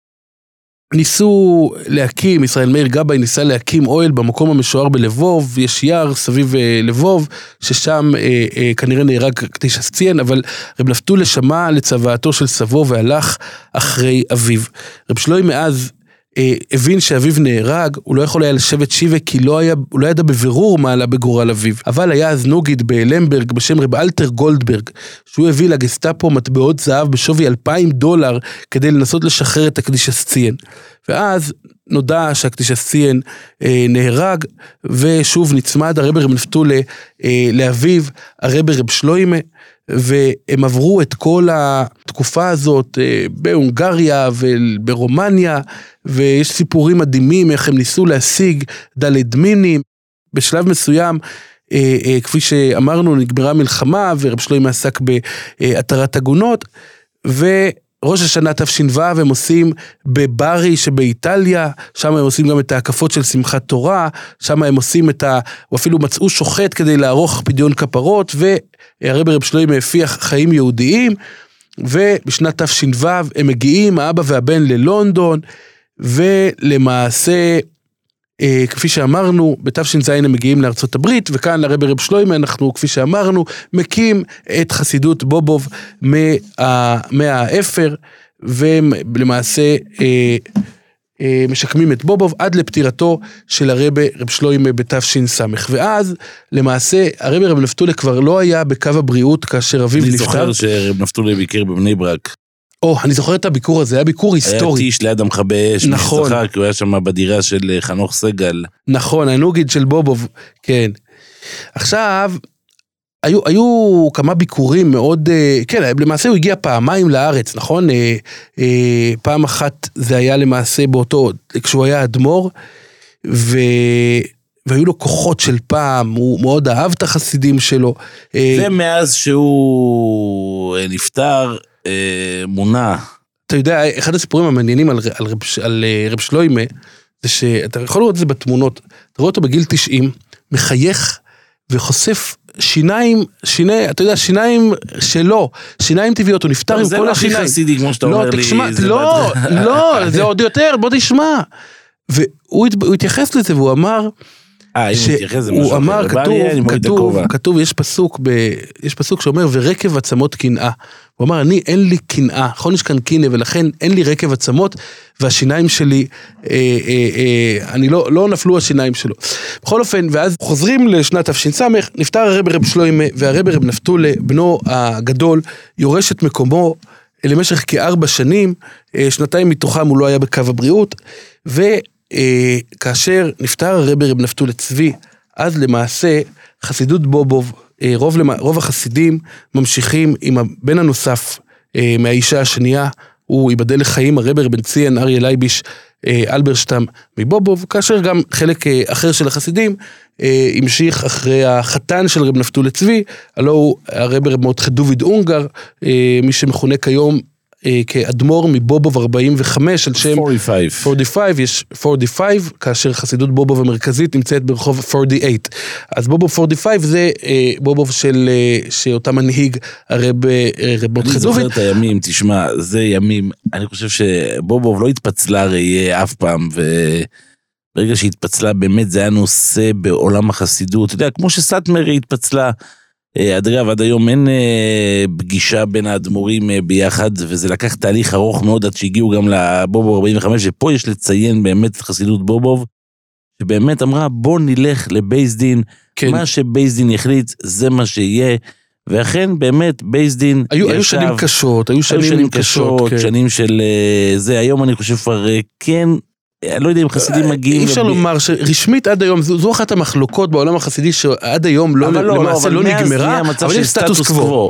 ניסו להקים, ישראל מאיר גבאי ניסה להקים אוהל במקום המשוער בלבוב, יש יער סביב לבוב, ששם כנראה נהרג קדישסציין, אבל רב נפתולה שמע לצוואתו של סבו והלך אחרי אביו. רב שלוי מאז הבין שאביו נהרג, הוא לא יכול היה לשבת שיבה, כי הוא לא ידע בבירור מה עלה בגורל אביו. אבל היה אז נוגיד בלמברג בשם רב אלתר גולדברג, שהוא הביא לגסטאפו מטבעות זהב בשווי $2,000 כדי לנסות לשחרר את הקדישסציין. ואז נודע שהקדישסציין נהרג, ושוב נצמד הרב רב נפתולה לאביו, הרב רב שלוימה, והם עברו את כל התקופה הזאת בהונגריה וברומניה, ויש סיפורים מדהימים איך הם ניסו להשיג דלת מינים. בשלב מסוים, כפי שאמרנו, נגמרה מלחמה, ורב שלוימה עסק בהתרת עגונות, וראש השנה תש"ו הם עושים בברי שבאיטליה, שם הם עושים גם את ההקפות של שמחת תורה, שם הם עושים או אפילו מצאו שוחט כדי לערוך פדיון כפרות, והרב רב שלוימה הפיח חיים יהודיים, ובשנת תש"ו הם מגיעים, האבא והבן ללונדון, ולמעשה, כפי שאמרנו, בתש"ז הם מגיעים לארצות הברית, וכאן הרב רב שלוימה, אנחנו, כפי שאמרנו, מקים את חסידות בובוב מהאפר, ולמעשה משקמים את בובוב עד לפטירתו של הרב רב שלוימה בתש"ס. ואז למעשה הרב רב נפתולה כבר לא היה בקו הבריאות כאשר אביו נפטר. אני זוכר שרב נפתולה ביקר בבני ברק. אני זוכר את הביקור הזה, היה ביקור היסטורי. היה טיש ליד המכבה אש, נכון. הוא היה שם בדירה של חנוך סגל. נכון, הנוגד של בובוב, כן. עכשיו, היו כמה ביקורים מאוד, כן, למעשה הוא הגיע פעמיים לארץ, נכון? פעם אחת זה היה למעשה כשהוא היה אדמו"ר, והיו לו כוחות של פעם, הוא מאוד אהב את החסידים שלו. ומאז שהוא נפטר, מונה. אתה יודע, אחד הסיפורים המעניינים על רב שלוימה, זה שאתה יכול לראות את זה בתמונות, אתה רואה אותו בגיל 90, מחייך וחושף שיניים, אתה יודע, שיניים שלו, שיניים טבעיות, הוא נפטר עם כל השיניים. זה לא הכי חסידי, כמו שאתה אומר לי. לא, זה עוד יותר, בוא תשמע. והוא התייחס לזה, והוא אמר, הוא אמר, כתוב, יש פסוק שאומר, ורקב עצמות קנאה. הוא אמר, אין לי קנאה, נכון יש כאן קנאה, ולכן אין לי רקב עצמות, והשיניים שלי, לא נפלו השיניים שלו. בכל אופן, ואז חוזרים לשנת תש"ס, נפטר הרב שלוימה, והרב נפתולה, בנו הגדול, יורש את מקומו, למשך כ4 שנים, 2 מתוכם הוא לא היה בקו הבריאות, כאשר נפטר הרב נפתולה צבי, אז למעשה חסידות בובוב, רוב החסידים ממשיכים עם הבן הנוסף מהאישה השנייה, הוא ייבדל לחיים הרב בן ציון אריה לייביש אלברשטם מבובוב, כאשר גם חלק אחר של החסידים המשיך אחרי החתן של רב נפתולה צבי, הלא הוא הרב מרדכי דוד אונגר, מי שמכונה כיום כאדמו"ר מבובוב 45 על שם 45, יש 45, כאשר חסידות בובוב המרכזית נמצאת ברחוב 48. אז בובוב 45 זה בובוב שאותה מנהיג הרב מרדכי דוד. אני זוכר את הימים, תשמע, זה ימים, אני חושב שבובוב לא התפצלה הרי אף פעם, וברגע שהתפצלה באמת זה היה נושא בעולם החסידות, אתה יודע, כמו שסטמר התפצלה, אגב, עד היום אין פגישה בין האדמו"רים ביחד, וזה לקח תהליך ארוך מאוד עד שהגיעו גם לבובוב 45, ופה יש לציין באמת את חסידות בובוב, שבאמת אמרה בוא נלך לבייס דין, כן. מה שבייס דין יחליט זה מה שיהיה, ואכן באמת בייס דין היו שנים קשות, היו שנים קשות, כן. שנים של זה, היום אני חושב כבר כן, לא יודע אם חסידים מגיעים... אי אפשר לומר שרשמית עד היום, זו אחת המחלוקות בעולם החסידי שעד היום למעשה לא נגמרה, אבל יש סטטוס קוו.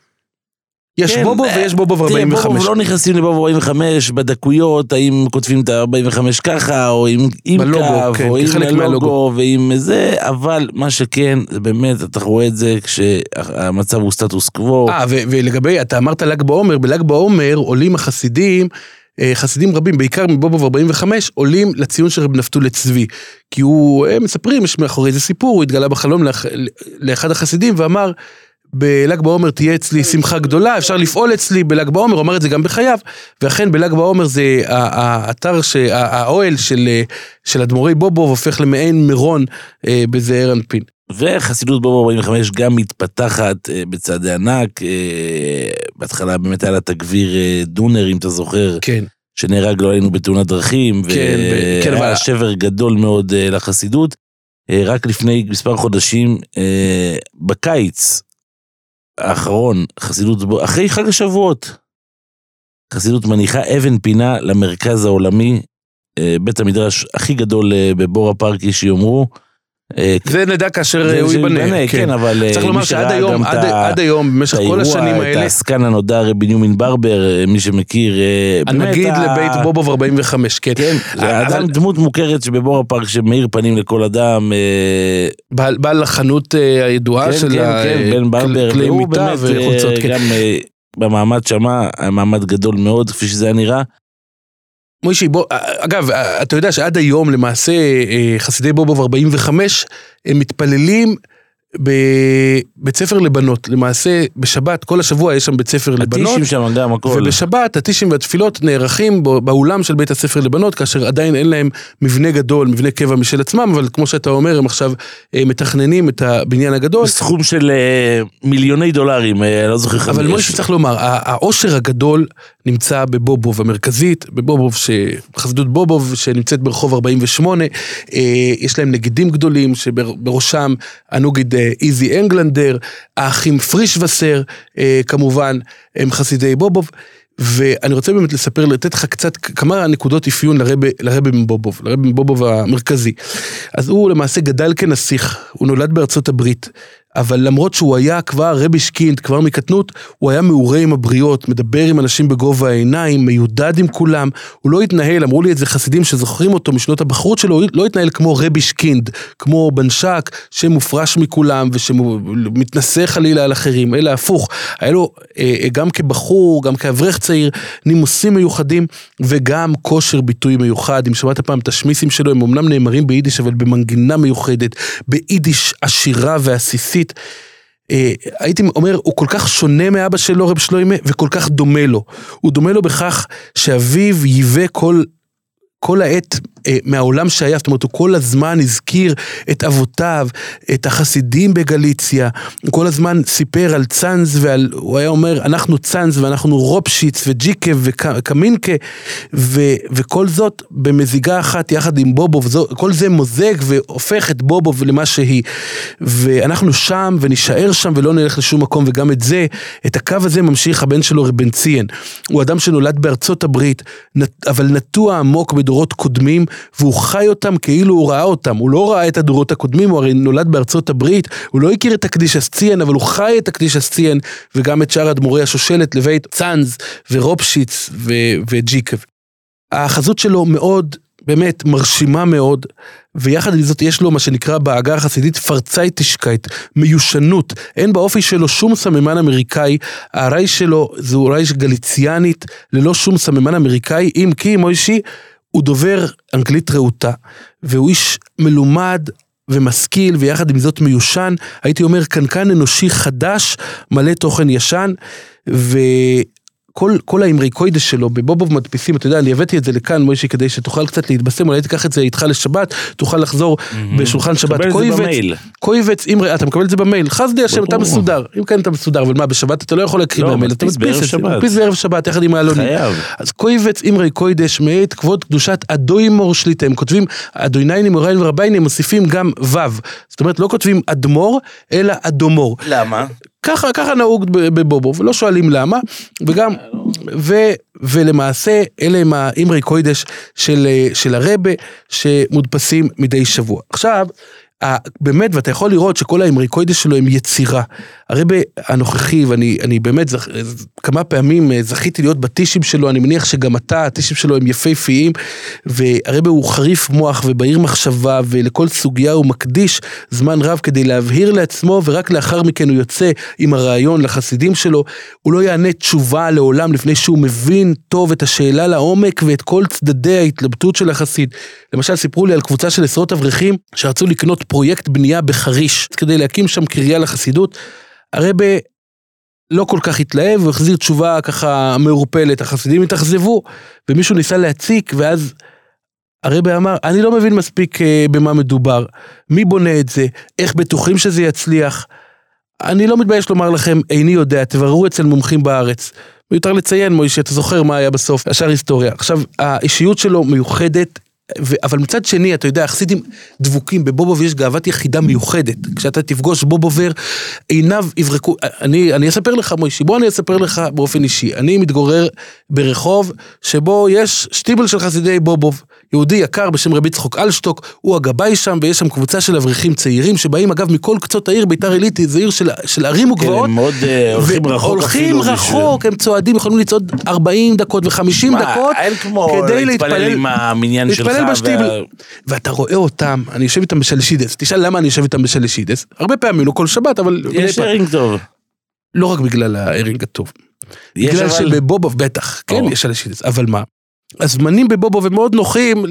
יש בובוב ויש בובוב 45. בובוב לא נכנסים לבובוב 45 בדקויות, האם כותבים את ה-45 ככה, או עם קו, או עם הלוגו, ועם זה, אבל מה שכן, זה באמת, אתה רואה את זה כשהמצב הוא סטטוס קוו. ולגבי, אתה אמרת ל"ג בעומר, בל"ג בעומר עולים החסידים, חסידים רבים, בעיקר מבובוב 45, עולים לציון של רב נפתולה צבי, כי הם מספרים, יש מאחורי איזה סיפור, הוא התגלה בחלום לאחד החסידים, ואמר, בל"ג בעומר תהיה אצלי שמחה גדולה, אפשר לפעול אצלי בל"ג בעומר, הוא אמר את זה גם בחייו, ואכן בל"ג בעומר זה האתר, האוהל של אדמו"רי בובוב, הופך למעין מירון בזעיר אנפין. וחסידות בובוב 45 גם מתפתחת בצעדי ענק, בהתחלה באמת היה לה תגביר דונר, אם אתה זוכר, כן. שנהרג לא היינו בתאונת דרכים, והיה שבר גדול מאוד לחסידות, רק לפני מספר חודשים, בקיץ האחרון, חסידות, אחרי חג השבועות, חסידות מניחה אבן פינה למרכז העולמי, בית המדרש הכי גדול בבור הפארק, יש שיאמרו, זה נדע כאשר הוא ייבנה, כן, אבל צריך לומר שעד היום, במשך כל השנים האלה, את העסקן הנודע רבי בנימין ברבר, מי שמכיר, הנגיד לבית בובוב 45, כן. אדם דמות מוכרת שבבור הפארק שמאיר פנים לכל אדם. בעל החנות הידועה של בן ברבר, והוא באמת גם במעמד שמה, מעמד גדול מאוד, כפי שזה היה נראה. מוישי, אגב, אתה יודע שעד היום למעשה חסידי בובוב 45 הם מתפללים בבית ספר לבנות, למעשה בשבת, כל השבוע יש שם בית ספר לבנות, הטישים שם גם הכל. ובשבת הטישים והתפילות נערכים באולם של בית הספר לבנות, כאשר עדיין אין להם מבנה גדול, מבנה קבע משל עצמם, אבל כמו שאתה אומר, הם עכשיו מתכננים את הבניין הגדול. בסכום של מיליוני דולרים, לא זוכר. אבל מוישי צריך לומר, העושר הגדול נמצא בבובוב המרכזית, בבובוב חסידות בובוב שנמצאת ברחוב 48, יש להם נגידים גדולים שבראשם הנוגד איזי אנגלנדר, האחים פרישווסר, כמובן, הם חסידי בובוב, ואני רוצה באמת לספר, לתת לך קצת כמה נקודות אפיון לרבי מבובוב, לרבי מבובוב המרכזי. אז הוא למעשה גדל כנסיך, הוא נולד בארצות הברית, אבל למרות שהוא היה כבר רבי שקינד, כבר מקטנות, הוא היה מעורה עם הבריות, מדבר עם אנשים בגובה העיניים, מיודד עם כולם, הוא לא התנהל, אמרו לי את זה חסידים שזוכרים אותו משנות הבחרות שלו, לא התנהל כמו רבי שקינד, כמו בנשק, שמופרש מכולם, ושמתנסה חלילה על אחרים, אלא הפוך, היה לו גם כבחור, גם כאברך צעיר, נימוסים מיוחדים, וגם כושר ביטוי מיוחד, אם שמעת פעם את השמיסים שלו, הם אמנם נאמרים ביידיש, אבל במנגינה מיוחדת, ביידיש עשירה ועסיסית, הייתי אומר, הוא כל כך שונה מאבא שלו, רב שלוימה, וכל כך דומה לו. הוא דומה לו בכך שאביו ייבא כל העת מהעולם שהיה, זאת אומרת, הוא כל הזמן הזכיר את אבותיו, את החסידים בגליציה, הוא כל הזמן סיפר על צאנז, הוא היה אומר, אנחנו צאנז, ואנחנו רופשיץ, וג'יקב, וקמינקה, וכל זאת במזיגה אחת, יחד עם בובוב, כל זה מוזג, והופך את בובוב למה שהיא, ואנחנו שם, ונשאר שם, ולא נלך לשום מקום, וגם את זה, את הקו הזה ממשיך הבן שלו רבן ציין, הוא אדם שנולד בארצות הברית, אבל נטוע עמוק בדורות קודמים, והוא חי אותם כאילו הוא ראה אותם, הוא לא ראה את הדורות הקודמים, הוא הרי נולד בארצות הברית, הוא לא הכיר את הקדיש הסציין, אבל הוא חי את הקדיש הסציין, וגם את שאר אדמו"רי השושלת, לבית צאנז ורופשיץ וג'יקב. החזות שלו מאוד, באמת מרשימה מאוד, ויחד עם זאת יש לו מה שנקרא בעגה החסידית פרצייטישקייט, מיושנות, אין באופי שלו שום סממן אמריקאי, הרעי שלו זו רעי גליציאנית, ללא שום סממן אמריקאי, אם כי מוישי, הוא דובר אנגלית רעותה, והוא איש מלומד ומשכיל, ויחד עם זאת מיושן, הייתי אומר קנקן אנושי חדש, מלא תוכן ישן, כל האמרי קוידש שלו, בבובוב מדפיסים, אתה יודע, אני הבאתי את זה לכאן, מוישי, כדי שתוכל קצת להתבשם, אולי תיקח את זה איתך לשבת, תוכל לחזור בשולחן שבת. קויבץ, אתה מקבל את זה במייל, חסדי השם, אתה מסודר, אם כן אתה מסודר, אבל מה, בשבת אתה לא יכול להקריא במייל, אתה מדפיס בערב שבת, יחד עם העלונים. אז קויבץ, אמרי קוידש, מאת כבוד קדושת אדוימור שליטה, הם כותבים אדוניינים וראין ורביינים, הם מוסיפים גם וו, זאת אומרת, לא כותבים אדמור, אלא אדומור. למה? ככה נהוג בבובוב, ולא שואלים למה, וגם, ולמעשה, אלה הם האמרי קוידש של הרבה, שמודפסים מדי שבוע. עכשיו, באמת, ואתה יכול לראות שכל האמרי קוידש שלו הם יצירה. הרבה הנוכחי, ואני באמת כמה פעמים זכיתי להיות בטישים שלו, אני מניח שגם אתה, הטישים שלו הם יפהפיים, והרבה הוא חריף מוח ובהיר מחשבה, ולכל סוגיה הוא מקדיש זמן רב כדי להבהיר לעצמו, ורק לאחר מכן הוא יוצא עם הרעיון לחסידים שלו, הוא לא יענה תשובה לעולם לפני שהוא מבין טוב את השאלה לעומק, ואת כל צדדי ההתלבטות של החסיד. למשל, סיפרו לי על קבוצה של עשרות אברכים, שרצו לקנות פרויקט בנייה בחריש, כדי להקים שם קריה לחסידות. הרבה לא כל כך התלהב, הוא החזיר תשובה ככה מעורפלת, החסידים התאכזבו, ומישהו ניסה להציק, ואז הרבה אמר, אני לא מבין מספיק במה מדובר, מי בונה את זה, איך בטוחים שזה יצליח, אני לא מתבייש לומר לכם, איני יודע, תבררו אצל מומחים בארץ, מיותר לציין, מוישה, אתה זוכר מה היה בסוף, השאר היסטוריה. עכשיו, האישיות שלו מיוחדת, אבל מצד שני, אתה יודע, החסידים דבוקים, בבובוב יש גאוות יחידה מיוחדת, כשאתה תפגוש בובובר, עיניו יברקו, אני אספר לך מוישי, בוא אני אספר לך באופן אישי, אני מתגורר ברחוב, שבו יש שטיבל של חסידי בובוב, יהודי יקר בשם רבי צחוק אלשטוק, הוא הגבאי שם, ויש שם קבוצה של אברכים צעירים, שבאים אגב מכל קצות העיר, ביתר עילית, זה עיר של ערים וגבעות, הם מאוד הולכים רחוק, הם צועדים, יכולים לצעוד 40 דקות ו50 דקות, כדי להתפלל עם המניין שלך, ואתה רואה אותם, אני יושב איתם בשלישידס, תשאל למה אני יושב איתם בשלישידס, הרבה פעמים, לא כל שבת, אבל יש ערינג טוב. לא רק בגלל הערינג הטוב, בגלל שבבובוב בטח, כן, יש שלישידס, אבל מה? הזמנים בבובוב הם מאוד נוחים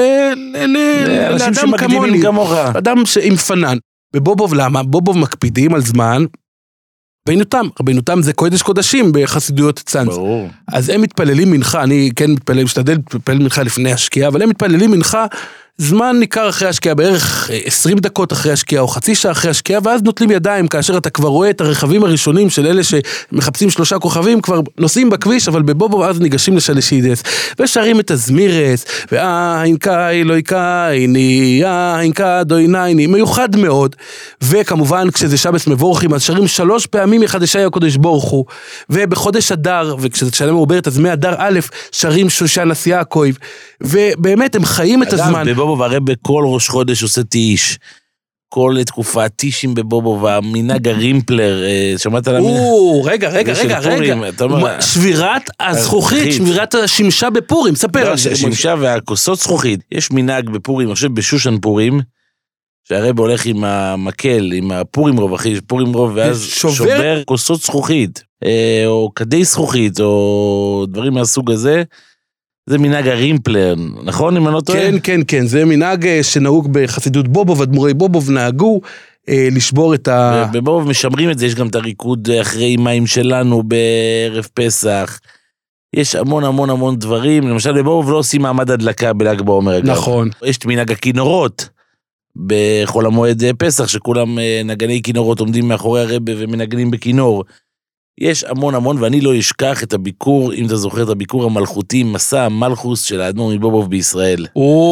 לאדם כמוני, אדם עם פנן. בבובוב למה? בובוב מקפידים על זמן, רבינותם זה קודש קודשים בחסידויות צאנז. אז הם מתפללים מנחה, אני כן משתדל להתפלל מנחה לפני השקיעה, אבל הם מתפללים מנחה זמן ניכר אחרי השקיעה, בערך 20 דקות אחרי השקיעה, או חצי שעה אחרי השקיעה, ואז נוטלים ידיים, כאשר אתה כבר רואה את הרכבים הראשונים של אלה שמחפשים 3 כוכבים, כבר נוסעים בכביש, אבל בבובוב אז ניגשים לשלישידס, ושרים את הזמירס, ואין קאי, לא קאיני, אין קא דוינייני, מיוחד מאוד, וכמובן כשזה שבס מבורכים, אז שרים 3 פעמים מחדשי הקודש בורכו, ובחודש אדר, וכשזה שנה מעוברת, אז מאדר א', שרים שושן יעקב, ובאמת הם חיים את הזמן. בבובוב הרי בכל ראש חודש עושה תיש, כל תקופה טישים בבובוב, המנהג הרימפלר, שמעת על המנהג? רגע, שבירת הזכוכית, שבירת השמשה בפורים, ספר על זה. השמשה והכוסות זכוכית, יש מנהג בפורים, אני חושב בשושן פורים, שהרב הולך עם המקל, עם הפורים רוב, אחי, פורים רוב, ואז שובר כוסות זכוכית, או כדי זכוכית, או דברים מהסוג הזה, זה מנהג הרימפלר, נכון אם אני לא טועה? כן, זה מנהג שנהוג בחסידות בובוב, אדמו"רי בובוב נהגו לשבור את ה... בבובוב משמרים את זה, יש גם את הריקוד אחרי מים שלנו בערב פסח, יש המון דברים, למשל בבובוב לא עושים מעמד הדלקה בל"ג בעומר. נכון. יש את מנהג הכינורות, בכל המועד פסח, שכולם נגני כינורות עומדים מאחורי הרבה ומנגנים בכינור. יש המון, ואני לא אשכח את הביקור, אם אתה זוכר את הביקור המלכותי, מסע המלכוס של האדמו"ר מבובוב בישראל.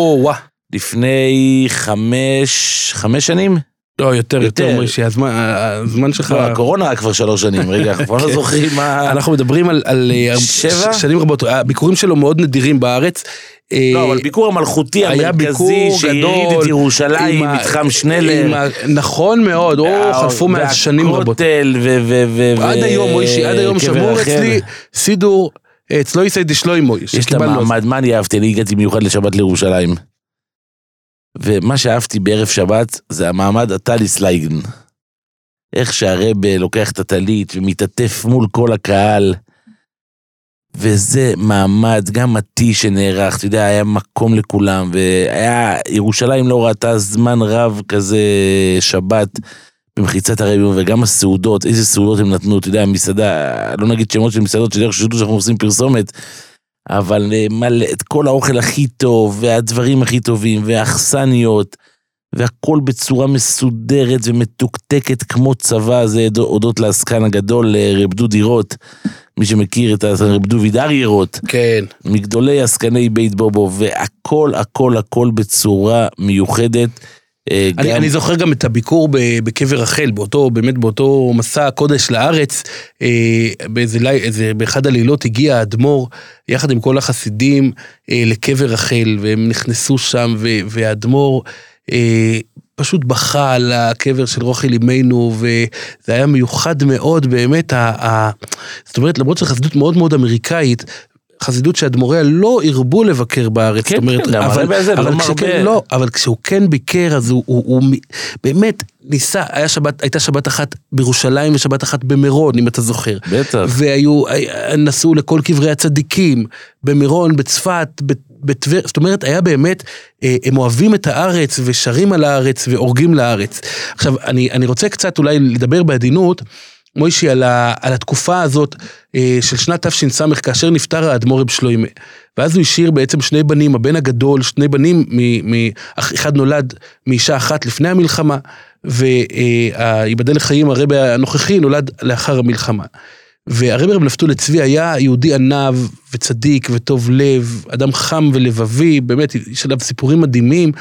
לפני 5 שנים? לא, יותר מוישי, הזמן שלך... לא, הקורונה היה כבר 3 שנים, רגע, אנחנו לא זוכרים מה... אנחנו מדברים על 7 שנים רבות, הביקורים שלו מאוד נדירים בארץ. לא, אבל ביקור המלכותי המרכזי שהיריד את ירושלים, מתחם שנלר. נכון מאוד, חלפו מאז שנים רבות. והכותל עד היום, מוישי, עד היום שמור אצלי סידור, אצלו יסיידי שלוימו. יש את המעמד, מה אני אהבתי? אני הגעתי מיוחד לשבת לירושלים. ומה שאהבתי בערב שבת, זה המעמד הטליס לייגן. איך שהרב לוקח את הטלית ומתעטף מול כל הקהל, וזה מעמד, גם עתי שנערך, אתה יודע, היה מקום לכולם, והיה, ירושלים לא ראתה זמן רב כזה שבת, במחיצת הרב, וגם הסעודות, איזה סעודות הם נתנו, אתה יודע, מסעדה, לא נגיד שמות של מסעדות, שדרך שדעו שאנחנו עושים פרסומת, אבל את כל האוכל הכי טוב, והדברים הכי טובים, והאכסניות, והכל בצורה מסודרת ומתוקתקת כמו צבא, זה הודות לעסקן הגדול, רב דודי רוט, מי שמכיר את רב דוד אריה רוט, כן. מגדולי עסקני בית בובוב, והכל בצורה מיוחדת. אני זוכר גם את הביקור בקבר רחל, באותו מסע הקודש לארץ, באחד הלילות הגיע האדמו"ר, יחד עם כל החסידים, לקבר רחל, והם נכנסו שם, והאדמו"ר פשוט בכה על הקבר של רחל אמנו, וזה היה מיוחד מאוד, באמת, זאת אומרת, למרות שחסידות מאוד מאוד אמריקאית, חסידות שהאדמו"ריה לא הרבו לבקר בארץ, כן, אבל כשהוא כן ביקר, אז הוא באמת ניסה, הייתה שבת אחת בירושלים ושבת אחת במירון, אם אתה זוכר. בטח. נסעו לכל קברי הצדיקים, במירון, בצפת, בטבר, זאת אומרת, היה באמת, הם אוהבים את הארץ ושרים על הארץ ואורגים לארץ. עכשיו, אני רוצה קצת אולי לדבר בעדינות, מוישי, על התקופה הזאת של שנת תש"ס, כאשר נפטר האדמו"ר רב שלוימה, ואז הוא השאיר בעצם 2 בנים, הבן הגדול, 2 בנים, אחד נולד מאישה אחת לפני המלחמה, ויבדל לחיים הרב הנוכחי נולד לאחר המלחמה. והרב רב נפתול צבי היה יהודי ענב וצדיק וטוב לב, אדם חם ולבבי, באמת יש עליו סיפורים מדהימים.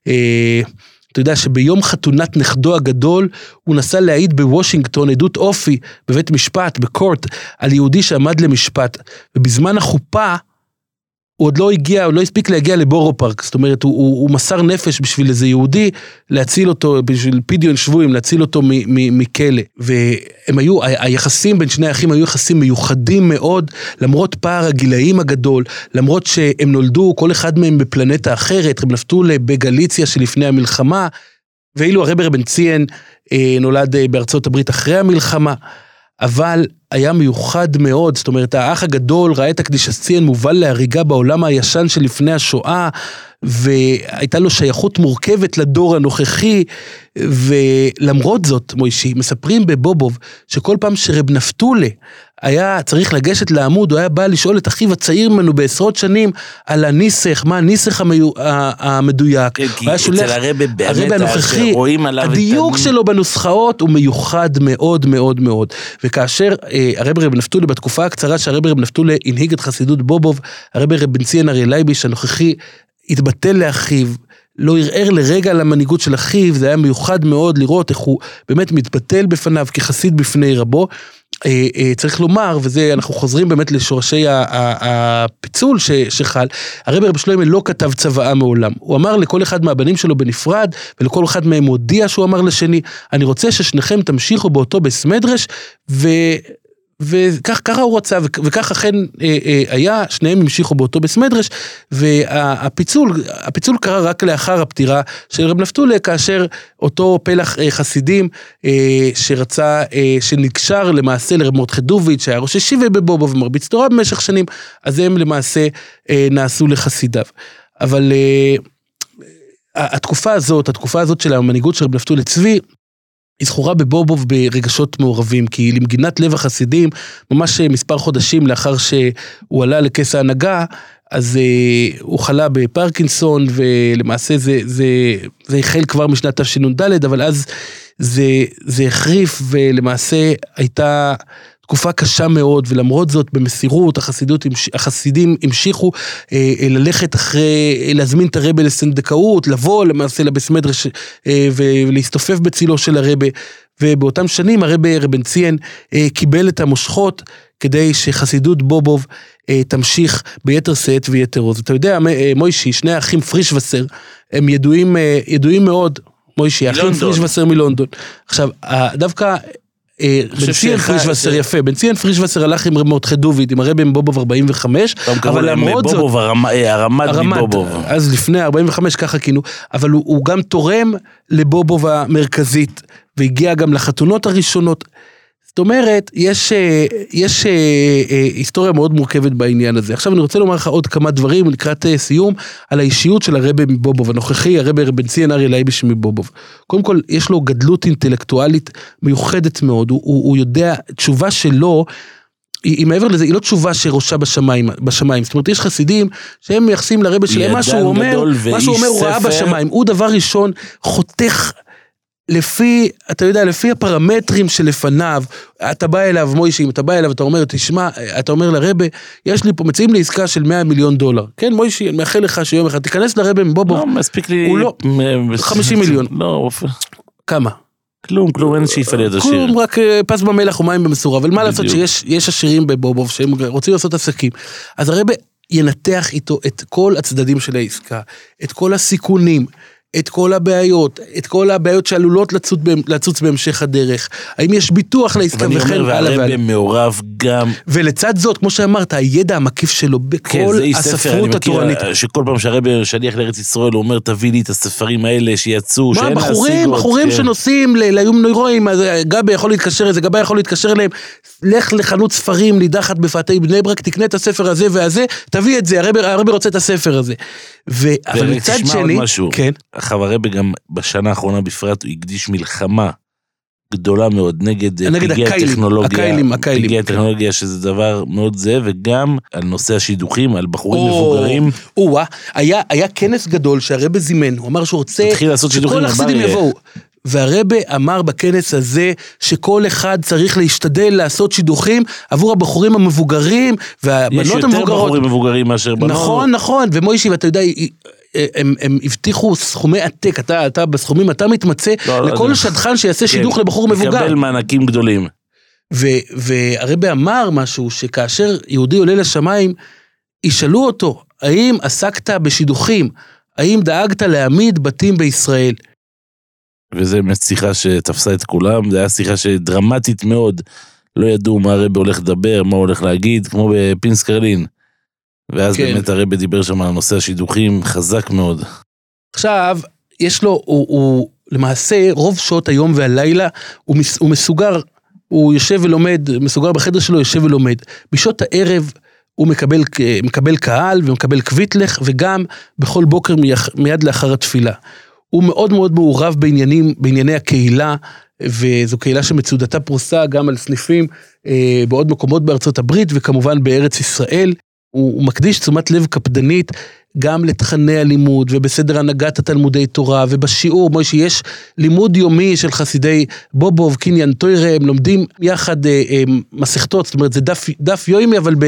אתה יודע שביום חתונת נכדו הגדול, הוא נסע להעיד בוושינגטון, עדות אופי, בבית משפט, בקורט, על יהודי שעמד למשפט, ובזמן החופה, הוא עוד לא הגיע, הוא לא הספיק להגיע לבורו פארק, זאת אומרת, הוא מסר נפש בשביל איזה יהודי, להציל אותו, בשביל פדיון שבויים, להציל אותו מכלא, והם היו, היחסים בין שני האחים היו יחסים מיוחדים מאוד, למרות פער הגילאים הגדול, למרות שהם נולדו, כל אחד מהם בפלנטה אחרת, הם נפתו בגליציה שלפני המלחמה, ואילו הרב בן ציון נולד בארצות הברית אחרי המלחמה, אבל היה מיוחד מאוד, זאת אומרת, האח הגדול ראה את הקדישת ציון מובל להריגה בעולם הישן שלפני השואה, והייתה לו שייכות מורכבת לדור הנוכחי, ולמרות זאת, מוישי, מספרים בבובוב, שכל פעם שרב נפתולה היה צריך לגשת לעמוד, הוא היה בא לשאול את אחיו הצעיר ממנו בעשרות שנים, על הניסח, מה הניסח המדויק. כן, כי אצל הרבי באמת, רואים עליו הדיוק שלו בנוסחאות הוא מיוחד מאוד מאוד מאוד. וכאשר הרבי רב נפתולי, בתקופה הקצרה שהרבי רב נפתולי הנהיג את חסידות בובוב, הרבי רב בן ציון אריה לייביש הנוכחי, התבטל לאחיו, לא ערער לרגע על המנהיגות של אחיו, זה היה מיוחד מאוד לראות איך הוא באמת מתבטל בפניו כחסיד בפני רבו. צריך לומר, וזה אנחנו חוזרים באמת לשורשי הפיצול שחל, הרבי רב שלמה לא כתב צוואה מעולם, הוא אמר לכל אחד מהבנים שלו בנפרד, ולכל אחד מהם הודיע שהוא אמר לשני, אני רוצה ששניכם תמשיכו באותו בסמדרש, וככה הוא רצה, וכך אכן היה, שניהם המשיכו באותו בסמדרש, והפיצול קרה רק לאחר הפטירה של רב נפתולי, כאשר אותו פלח חסידים שרצה, שנקשר למעשה לרב מרדכי דוביץ' שהיה ראש ישיבה בבובוב ומרביץ תורה במשך שנים, אז הם למעשה נעשו לחסידיו. אבל התקופה הזאת של המנהיגות של רב נפתולי צבי, היא זכורה בבובוב ברגשות מעורבים, כי למגינת לב החסידים, ממש מספר חודשים לאחר שהוא עלה לכס ההנהגה, אז הוא חלה בפרקינסון, ולמעשה זה החל כבר משנת תשנ"ד, אבל אז זה החריף, ולמעשה הייתה תקופה קשה מאוד, ולמרות זאת במסירות החסידים המשיכו ללכת אחרי, להזמין את הרבי לסנדקאות, לבוא למעשה לבסמדרש ולהסתופף בצילו של הרבי, ובאותם שנים הרבי רב בן ציון קיבל את המושכות כדי שחסידות בובוב תמשיך ביתר שאת ויתר עוז. אתה יודע, מוישי, שני האחים פרישווסר, הם ידועים מאוד, מוישי, האחים פרישווסר מלונדון. עכשיו, דווקא בן ציון פרישווסר יפה, בן ציון פרישווסר הלך עם רב מרדכי דוביץ' עם הרבי מבובוב 45, אבל למרות זאת, הרמד מבובוב. אז לפני 45 ככה כינו, אבל הוא גם תורם לבובוב המרכזית, והגיע גם לחתונות הראשונות. זאת אומרת, יש היסטוריה מאוד מורכבת בעניין הזה. עכשיו אני רוצה לומר לך עוד כמה דברים לקראת סיום, על האישיות של הרבי מבובוב הנוכחי, הרבי רב בן ציון אריה לייביש מבובוב. קודם כל, יש לו גדלות אינטלקטואלית מיוחדת מאוד, הוא יודע, תשובה שלו, היא מעבר לזה, היא לא תשובה שראשה בשמיים, זאת אומרת, יש חסידים שהם מייחסים לרבי שלהם, מה שהוא אומר, הוא ראה בשמיים, הוא דבר ראשון חותך, אתה יודע, לפי הפרמטרים שלפניו, אתה בא אליו, מוישי, אם אתה בא אליו, אתה אומר, תשמע, אתה אומר לרבי, יש לי פה, מציעים לי עסקה של $100 מיליון. כן, מוישי, אני מאחל לך שיום אחד, תיכנס לרבי מבובוב. לא, מספיק לי... הוא לא, 50 מיליון. לא, כמה? כלום, אין שאיפה ליד השיר. כלום, רק פס במלח ומים במסורה, אבל מה לעשות שיש עשירים בבובוב, שהם רוצים לעשות עסקים. אז הרבי ינתח איתו את כל הצדדים של העסקה, את כל הסיכונים, את כל הבעיות שעלולות לצוץ בהמשך הדרך, האם יש ביטוח לעסקה וכן הלאה. והרבי מעורב גם. ולצד זאת, כמו שאמרת, הידע המקיף שלו בכל הספרות התורנית. שכל פעם שהרבי שליח לארץ ישראל, הוא אומר, תביא לי את הספרים האלה שיצאו, שאין להשיגות. בחורים שנוסעים ליום נוירואים, גבי יכול להתקשר אליהם, לך לחנות ספרים, נידחת בפאתי בני ברק, תקנה את הספר הזה והזה, תביא את זה, הרבי רוצה את הספר הזה. אבל מצד שני, כן. אחר הרבי גם בשנה האחרונה בפרט, הוא הקדיש מלחמה גדולה מאוד נגד פגיעי הטכנולוגיה, שזה דבר מאוד זה, וגם על נושא השידוכים, על בחורים מבוגרים. היה כנס גדול שהרבי זימן, הוא אמר שהוא רוצה שכל החסידים יבואו. והרבי אמר בכנס הזה שכל אחד צריך להשתדל לעשות שידוכים עבור הבחורים המבוגרים והבנות המבוגרות. יש יותר בחורים מבוגרים מאשר בנות. נכון, ומוישי, ואתה יודע, הם הבטיחו סכומי עתק, אתה בסכומים, אתה מתמצא לכל שדכן שיעשה שידוך לבחור מבוגר. יקבל מענקים גדולים. והרבי אמר משהו, שכאשר יהודי עולה לשמיים, ישאלו אותו, האם עסקת בשידוכים? האם דאגת להעמיד בתים בישראל? וזה שיחה שתפסה את כולם, זה היה שיחה שדרמטית מאוד, לא ידעו מה הרבי הולך לדבר, מה הולך להגיד, כמו בפינסקרלין. ואז באמת הרבי דיבר שם על נושא השידוכים, חזק מאוד. עכשיו, יש לו, הוא למעשה, רוב שעות היום והלילה, הוא מסוגר, הוא יושב ולומד, מסוגר בחדר שלו, יושב ולומד. בשעות הערב, הוא מקבל קהל, ומקבל קוויטלך, וגם בכל בוקר מיד לאחר התפילה. הוא מאוד מאוד מעורב בענייני הקהילה, וזו קהילה שמצודתה פרוסה גם על סניפים בעוד מקומות בארצות הברית, וכמובן בארץ ישראל. הוא מקדיש תשומת לב קפדנית, גם לתכני הלימוד, ובסדר הנהגת התלמודי תורה, ובשיעור, כמו שיש לימוד יומי של חסידי בובוב, קניין תוירה, הם לומדים יחד מסכתות, זאת אומרת, זה דף יומי, אבל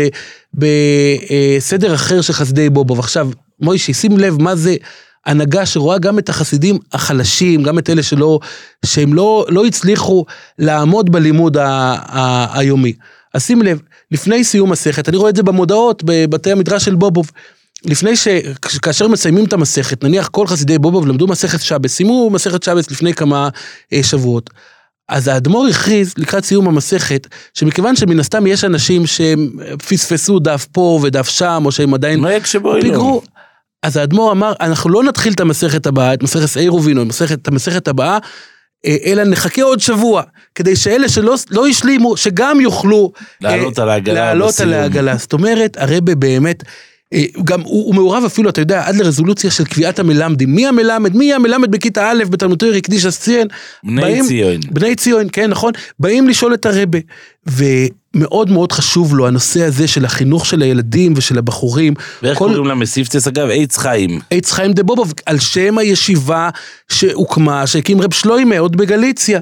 בסדר אחר של חסידי בובוב. עכשיו, מוישי, שים לב מה זה הנהגה שרואה גם את החסידים החלשים, גם את אלה שהם לא הצליחו לעמוד בלימוד היומי. אז שים לב, לפני סיום מסכת, אני רואה את זה במודעות, בבתי המדרש של בובוב, לפני כאשר מסיימים את המסכת, נניח כל חסידי בובוב למדו מסכת שבס, סיימו מסכת שבס לפני כמה שבועות, אז האדמו"ר הכריז לקראת סיום המסכת, שמכיוון שמן הסתם יש אנשים שפספסו דף פה ודף שם, או שהם עדיין פיגרו, אז האדמו"ר אמר, אנחנו לא נתחיל את המסכת הבאה, את מסכת עירובין, או את המסכת הבאה, אלא נחכה עוד שבוע, כדי שאלה שלא ישלימו, שגם יוכלו לעלות על העגלה. זאת אומרת, הרבי באמת, גם הוא מעורב אפילו, אתה יודע, עד לרזולוציה של קביעת המלמדים. מי המלמד בכיתה א' בתלמוד תורה הקדיש ציון? בני ציון, כן, נכון? באים לשאול את הרבי, ומאוד מאוד חשוב לו הנושא הזה של החינוך של הילדים ושל הבחורים. ואיך קוראים למסיפטס אגב? עץ חיים דה בובוב, על שם הישיבה שהוקמה, שהקים רב שלוימה, עוד בגליציה.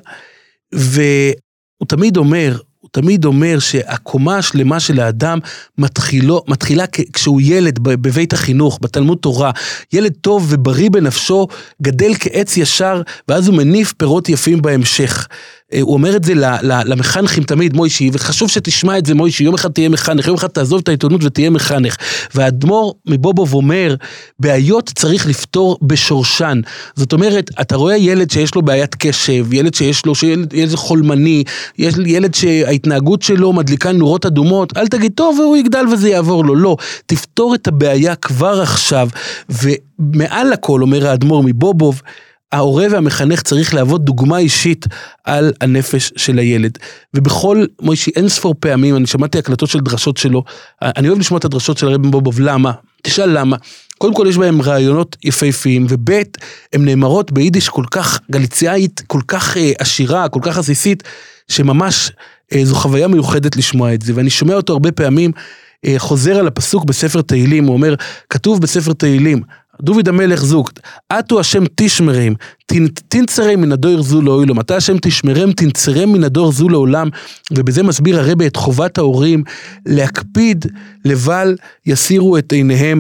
והוא תמיד אומר שהקומה השלמה של האדם מתחילה כשהוא ילד בבית החינוך, בתלמוד תורה, ילד טוב ובריא בנפשו, גדל כעץ ישר, ואז הוא מניף פירות יפים בהמשך. הוא אומר את זה למחנכים תמיד, מוישי, וחשוב שתשמע את זה, מוישי, יום אחד תהיה מחנך, יום אחד תעזוב את העיתונות ותהיה מחנך. והאדמו"ר מבובוב אומר, בעיות צריך לפתור בשורשן. זאת אומרת, אתה רואה ילד שיש לו בעיית קשב, ילד ילד חולמני, ילד שההתנהגות שלו מדליקה נורות אדומות, אל תגיד, טוב, והוא יגדל וזה יעבור לו. לא, תפתור את הבעיה כבר עכשיו, ומעל הכל, אומר האדמו"ר מבובוב, ההורה והמחנך צריך להוות דוגמה אישית על הנפש של הילד. ובכל, מוישי, אין ספור פעמים, אני שמעתי הקלטות של דרשות שלו, אני אוהב לשמוע את הדרשות של הרבי מבובוב, למה? תשאל למה. קודם כל יש בהם רעיונות יפהפיים, ובית, הן נאמרות ביידיש כל כך גליציאית, כל כך עשירה, כל כך עסיסית, שממש זו חוויה מיוחדת לשמוע את זה, ואני שומע אותו הרבה פעמים, חוזר על הפסוק בספר תהילים, הוא אומר, כתוב בספר תהילים, דוד המלך זוג, עתו השם תשמרם, תנצרם מן הדור זו לעולם, אתה השם תשמרם, תנצרם מן הדור זו לעולם, ובזה מסביר הרבי את חובת ההורים, להקפיד לבל יסירו את עיניהם,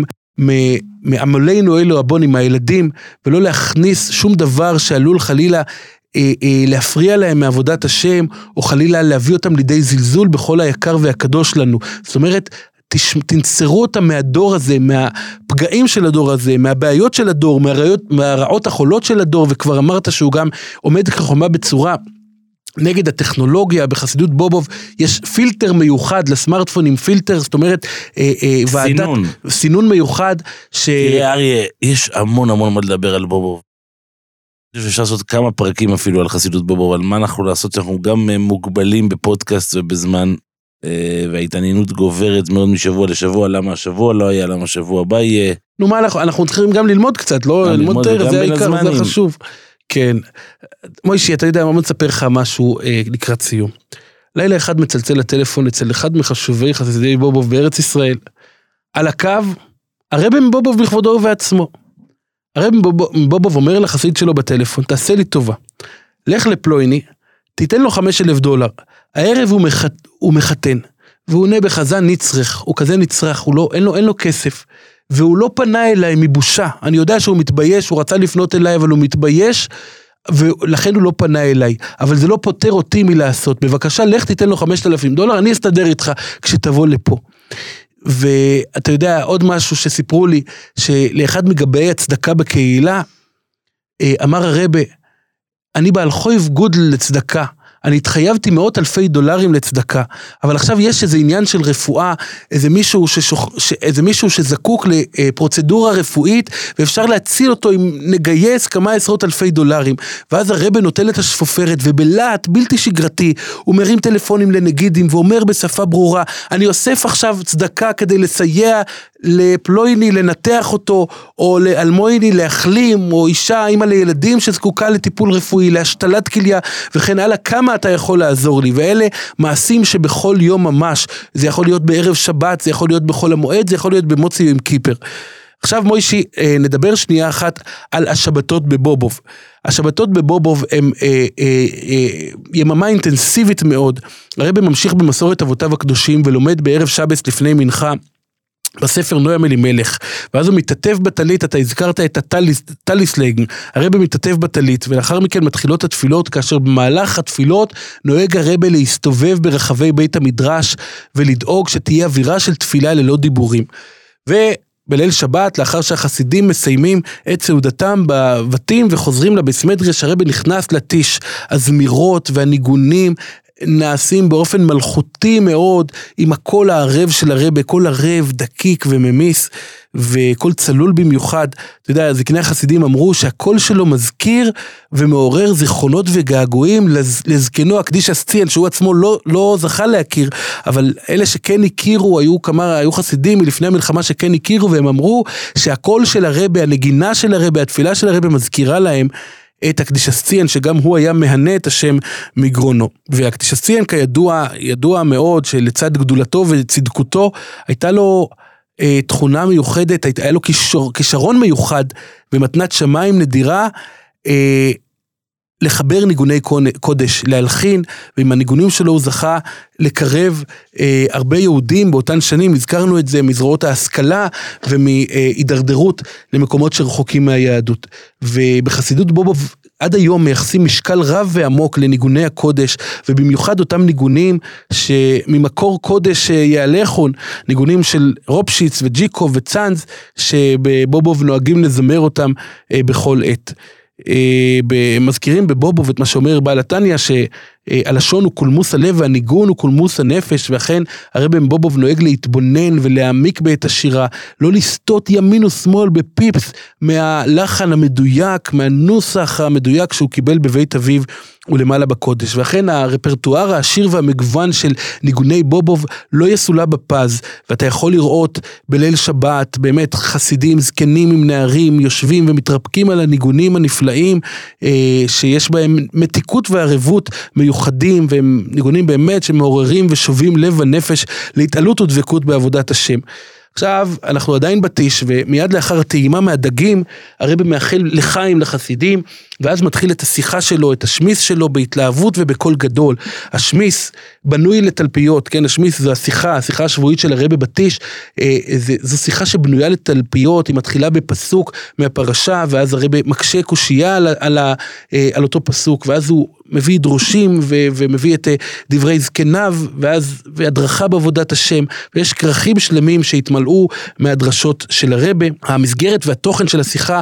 מעמלנו אלו הבונים, מהילדים, ולא להכניס שום דבר שעלול חלילה, להפריע להם מעבודת השם, או חלילה להביא אותם לידי זלזול בכל היקר והקדוש לנו. זאת אומרת, תנצרו אותם מהדור הזה, מהפגעים של הדור הזה, מהבעיות של הדור, מהרעות החולות של הדור, וכבר אמרת שהוא גם עומד כחומה בצורה נגד הטכנולוגיה. בחסידות בובוב יש פילטר מיוחד לסמארטפונים, פילטר, זאת אומרת, סינון מיוחד. תראה אריה, יש המון מה לדבר על בובוב. אפשר לעשות כמה פרקים אפילו על חסידות בובוב, על מה אנחנו לעשות, אנחנו גם מוגבלים בפודקאסט ובזמן, וההתעניינות גוברת מאוד משבוע לשבוע, למה השבוע לא היה, למה השבוע הבא יהיה. נו מה, אנחנו צריכים גם ללמוד קצת, לא ללמוד תאר, זה העיקר, זה חשוב. כן, מוישי, אתה יודע, מה מספר לך משהו לקראת סיום. לילה אחד מצלצל לטלפון אצל אחד מחשובי חסידי בובוב בארץ ישראל, על הקו, הרבי מבובוב בכבודו ובעצמו. הרבי מבובוב אומר לחסיד שלו בטלפון, תעשה לי טובה, לך לפלויני, תיתן לו $5,000, הערב הוא מחתן, והוא עונה בחזן נצרך, הוא כזה נצרך, אין לו כסף, והוא לא פנה אליי מבושה, אני יודע שהוא מתבייש, הוא רצה לפנות אליי, אבל הוא מתבייש, ולכן הוא לא פנה אליי, אבל זה לא פותר אותי מלעשות, בבקשה, לך תיתן לו $5,000, אני אסתדר איתך כשתבוא לפה. ואתה יודע, עוד משהו שסיפרו לי, שלאחד מגבאי הצדקה בקהילה, אמר הרבי, אני בעל חויב גודל לצדקה, אני התחייבתי $100,000 לצדקה, אבל עכשיו יש איזה עניין של רפואה, איזה מישהו שזקוק לפרוצדורה רפואית, ואפשר להציל אותו אם נגייס כמה $10,000, ואז הרבי נוטל את השפופרת, ובלהט בלתי שגרתי, הוא מרים טלפונים לנגידים, ואומר בשפה ברורה, אני אוסף עכשיו צדקה כדי לסייע לפלויני לנתח אותו, או לאלמויני להחלים, או אישה, אימא לילדים שזקוקה לטיפול רפואי, להשתלת כליה, וכן הלאה, כמה אתה יכול לעזור לי? ואלה מעשים שבכל יום ממש, זה יכול להיות בערב שבת, זה יכול להיות בכל המועד, זה יכול להיות במוצאי יום כיפר. עכשיו מוישי, נדבר שנייה אחת על השבתות בבובוב. השבתות בבובוב הם יממה אינטנסיבית מאוד. הרבי ממשיך במסורת אבותיו הקדושים ולומד בערב שבס לפני מנחה בספר נויה מלימלך, ואז הוא מתעטף בטלית, אתה הזכרת את הטליסלגן, הרבי מתעטף בטלית, ולאחר מכן מתחילות התפילות, כאשר במהלך התפילות נוהג הרבי להסתובב ברחבי בית המדרש, ולדאוג שתהיה אווירה של תפילה ללא דיבורים. בליל שבת, לאחר שהחסידים מסיימים את סעודתם בבתים וחוזרים לבית מדרש, הרבי נכנס לטיש, הזמירות והניגונים נעשים באופן מלכותי מאוד, עם הקול הערב של הרבי, קול ערב דקיק וממיס, וקול צלול במיוחד. אתה יודע, זקני החסידים אמרו שהקול שלו מזכיר ומעורר זיכרונות וגעגועים לזקנו הקדיש אסציאן, שהוא עצמו לא זכה להכיר, אבל אלה שכן הכירו, היו חסידים מלפני המלחמה שכן הכירו, והם אמרו שהקול של הרבי, הנגינה של הרבי, התפילה של הרבי מזכירה להם את הקדיש אסציאן, שגם הוא היה מהנה את השם מגרונו. והקדיש אסציאן כידוע, ידוע מאוד שלצד גדולתו וצדקותו, הייתה לו תכונה מיוחדת, היה לו כישרון מיוחד, ומתנת שמיים נדירה, לחבר ניגוני קודש, להלחין, ועם הניגונים שלו הוא זכה לקרב הרבה יהודים באותן שנים, הזכרנו את זה מזרועות ההשכלה ומהידרדרות למקומות שרחוקים מהיהדות. ובחסידות בובוב עד היום מייחסים משקל רב ועמוק לניגוני הקודש, ובמיוחד אותם ניגונים שממקור קודש יעלכון, ניגונים של רופשיץ וג'יקוב וצאנז, שבבובוב נוהגים לזמר אותם בכל עת. מזכירים בבובוב את מה שאומר בעל התניא, שהלשון הוא קולמוס הלב והניגון הוא קולמוס הנפש, ואכן הרבי בובוב נוהג להתבונן ולהעמיק בעת השירה, לא לסטות ימין ושמאל בפיפס מהלחן המדויק, מהנוסח המדויק שהוא קיבל בבית אביו ולמעלה בקודש. ואכן הרפרטואר העשיר והמגוון של ניגוני בובוב לא יסולה בפז, ואתה יכול לראות בליל שבת באמת חסידים זקנים עם נערים יושבים ומתרפקים על הניגונים הנפלאים, שיש בהם מתיקות וערבות מיוחדים, והם ניגונים באמת שמעוררים ושובים לב ונפש להתעלות ודבקות בעבודת השם. עכשיו אנחנו עדיין בטיש, ומיד לאחר הטעימה מהדגים, הרבי מאחל לחיים לחסידים, ואז מתחיל את השיחה שלו, את השמיס שלו, בהתלהבות ובקול גדול. השמיס בנוי לתלפיות, כן, השמיס זו השיחה השבועית של הרבי בטיש, זו שיחה שבנויה לתלפיות, היא מתחילה בפסוק מהפרשה, ואז הרבי מקשה קושייה על אותו פסוק, ואז הוא מביא דרושים ומביא את דברי זקניו, והדרכה בעבודת השם, ויש כרכים שלמים שהתמלאו מהדרשות של הרבי. המסגרת והתוכן של השיחה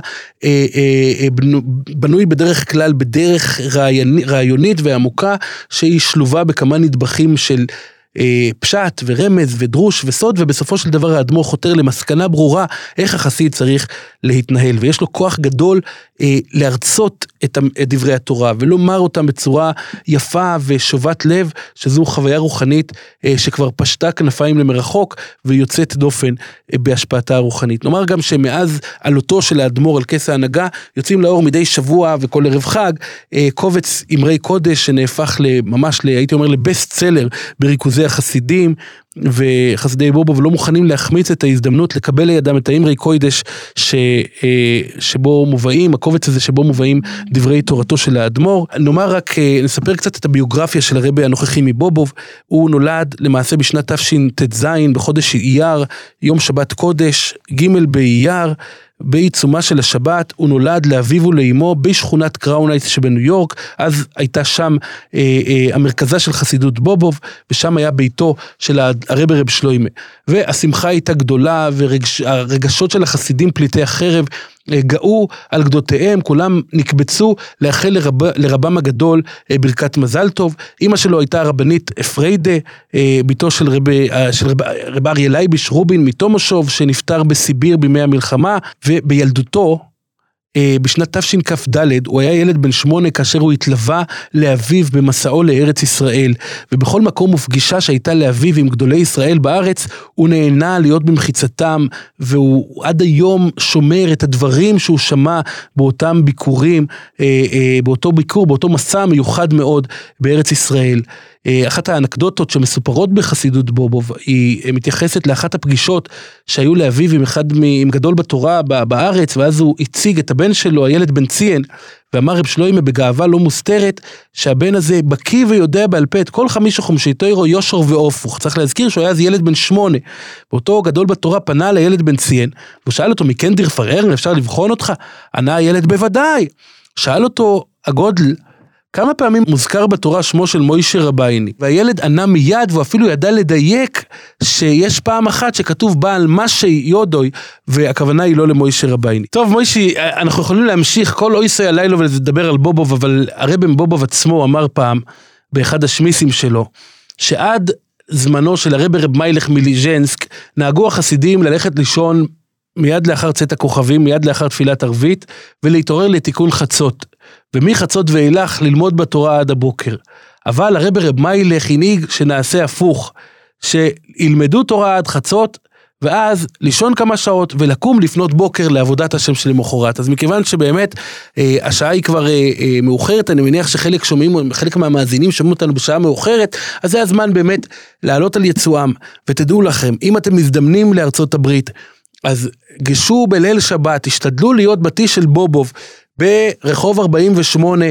בנוי בדרך כלל בדרך רעיונית ועמוקה, שהיא שלובה בכמה נדבכים של פשט ורמז ודרוש וסוד, ובסופו של דבר האדמו"ר חותר למסקנה ברורה איך החסיד צריך להתנהל, ויש לו כוח גדול להרצות את דברי התורה ולומר אותם בצורה יפה ושובת לב, שזו חוויה רוחנית שכבר פשטה כנפיים למרחוק ויוצאת דופן בהשפעתה הרוחנית. נאמר גם שמאז עלותו של האדמו"ר על כס ההנהגה יוצאים לאור מדי שבוע וכל ערב חג קובץ אמרי קודש שנהפך ממש הייתי אומר לבסט סלר בריכוזי החסידים, וחסידי בובוב לא מוכנים להחמיץ את ההזדמנות לקבל לידם את האמרי קודש שבו מובאים, הקובץ הזה שבו מובאים דברי תורתו של האדמו"ר. נאמר רק, נספר קצת את הביוגרפיה של הרבי הנוכחי מבובוב. הוא נולד למעשה בשנת תשט"ז בחודש אייר, יום שבת קודש, ג' באייר, בעיצומה של השבת. הוא נולד לאביו ולאמו בשכונת קראון הייטס שבניו יורק, אז הייתה שם המרכזה של חסידות בובוב, ושם היה ביתו של הרבי רב שלוימה, והשמחה הייתה גדולה, והרגשות של החסידים פליטי החרב גאו על גדותיהם, כולם נקבצו לאחל לרבם הגדול ברכת מזל טוב. אמא שלו הייתה הרבנית אפריידה, ביתו של רב אריה לייביש רובין מתומושוב, שנפטר בסיביר בימי המלחמה, ובילדותו בשנת תשכ"ד, הוא היה ילד בן 8 כאשר הוא התלווה לאביו במסעו לארץ ישראל, ובכל מקום ופגישה שהייתה לאביו עם גדולי ישראל בארץ, הוא נהנה להיות במחיצתם, והוא עד היום שומר את הדברים שהוא שמע באותם ביקורים, באותו מסע מיוחד מאוד בארץ ישראל. אחת האנקדוטות שמסופרות בחסידות בובוב, היא מתייחסת לאחת הפגישות שהיו לאביו עם גדול בתורה בארץ, ואז הוא הציג את הבן שלו, הילד בן ציין, ואמר רב שלוימה בגאווה לא מוסתרת, שהבן הזה בקיא ויודע בעל פה את כל 5 חומשי תורה, יושר והופוך. צריך להזכיר שהוא היה אז ילד בן 8, ואותו גדול בתורה פנה לילד בן ציין, והוא שאל אותו, מכן דיר פרערן, אפשר לבחון אותך? ענה הילד בוודאי. שאל אותו הגודל, כמה פעמים מוזכר בתורה שמו של מוישה רבייני, והילד ענה מיד, והוא אפילו ידע לדייק שיש פעם אחת שכתוב בעל משי יודוי, והכוונה היא לא למוישה רבייני. טוב מוישי, אנחנו יכולים להמשיך כל אויסי הלילה ולדבר על בובוב, אבל הרבן בובוב עצמו אמר פעם, באחד השמיסים שלו, שעד זמנו של הרב מיילך מליז'נסק, נהגו החסידים ללכת לישון מיד לאחר צאת הכוכבים, מיד לאחר תפילת ערבית, ולהתעורר לתיקון חצות, ומחצות ואילך ללמוד בתורה עד הבוקר. אבל הרב מיילך הנהיג שנעשה הפוך, שילמדו תורה עד חצות, ואז לישון כמה שעות, ולקום לפנות בוקר לעבודת השם של למחרת. אז מכיוון שבאמת השעה היא כבר מאוחרת, אני מניח שחלק שומעים, חלק מהמאזינים שומעים אותנו בשעה מאוחרת, אז זה הזמן באמת לעלות על יצואם, ותדעו לכם, אם אתם מזדמנים לארצות הברית, אז גשו בליל שבת, תשתדלו להיות בתי של בובוב, ברחוב 48,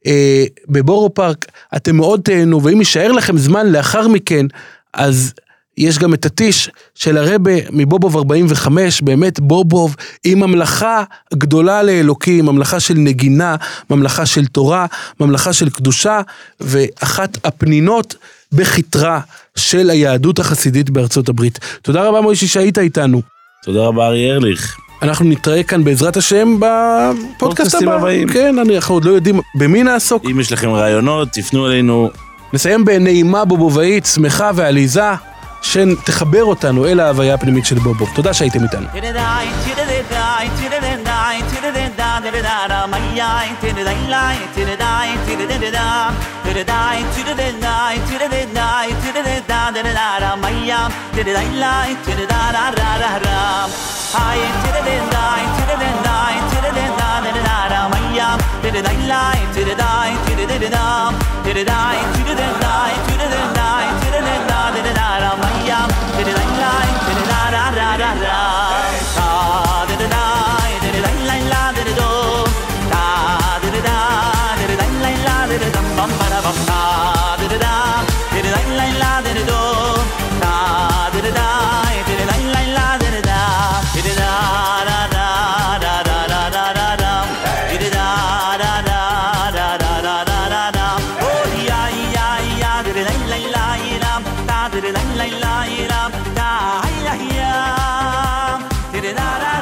בבורו פארק, אתם מאוד תהנו, ואם יישאר לכם זמן לאחר מכן, אז יש גם את הטיש של הרבה מבובוב 45, באמת בובוב, עם ממלכה גדולה לאלוקים, ממלכה של נגינה, ממלכה של תורה, ממלכה של קדושה, ואחת הפנינות בחתרה של היהדות החסידית בארצות הברית. תודה רבה מוישי שהיית איתנו. תודה רבה אריה ארליך. אנחנו נתראה כאן בעזרת השם בפודקאסט הבא. כן, אנחנו עוד לא יודעים במי נעסוק. אם יש לכם רעיונות, תפנו אלינו. נסיים בנעימה בובובאית, שמחה ועליזה, שתחבר אותנו אל ההוויה הפנימית של בובוב. תודה שהייתם איתנו. Da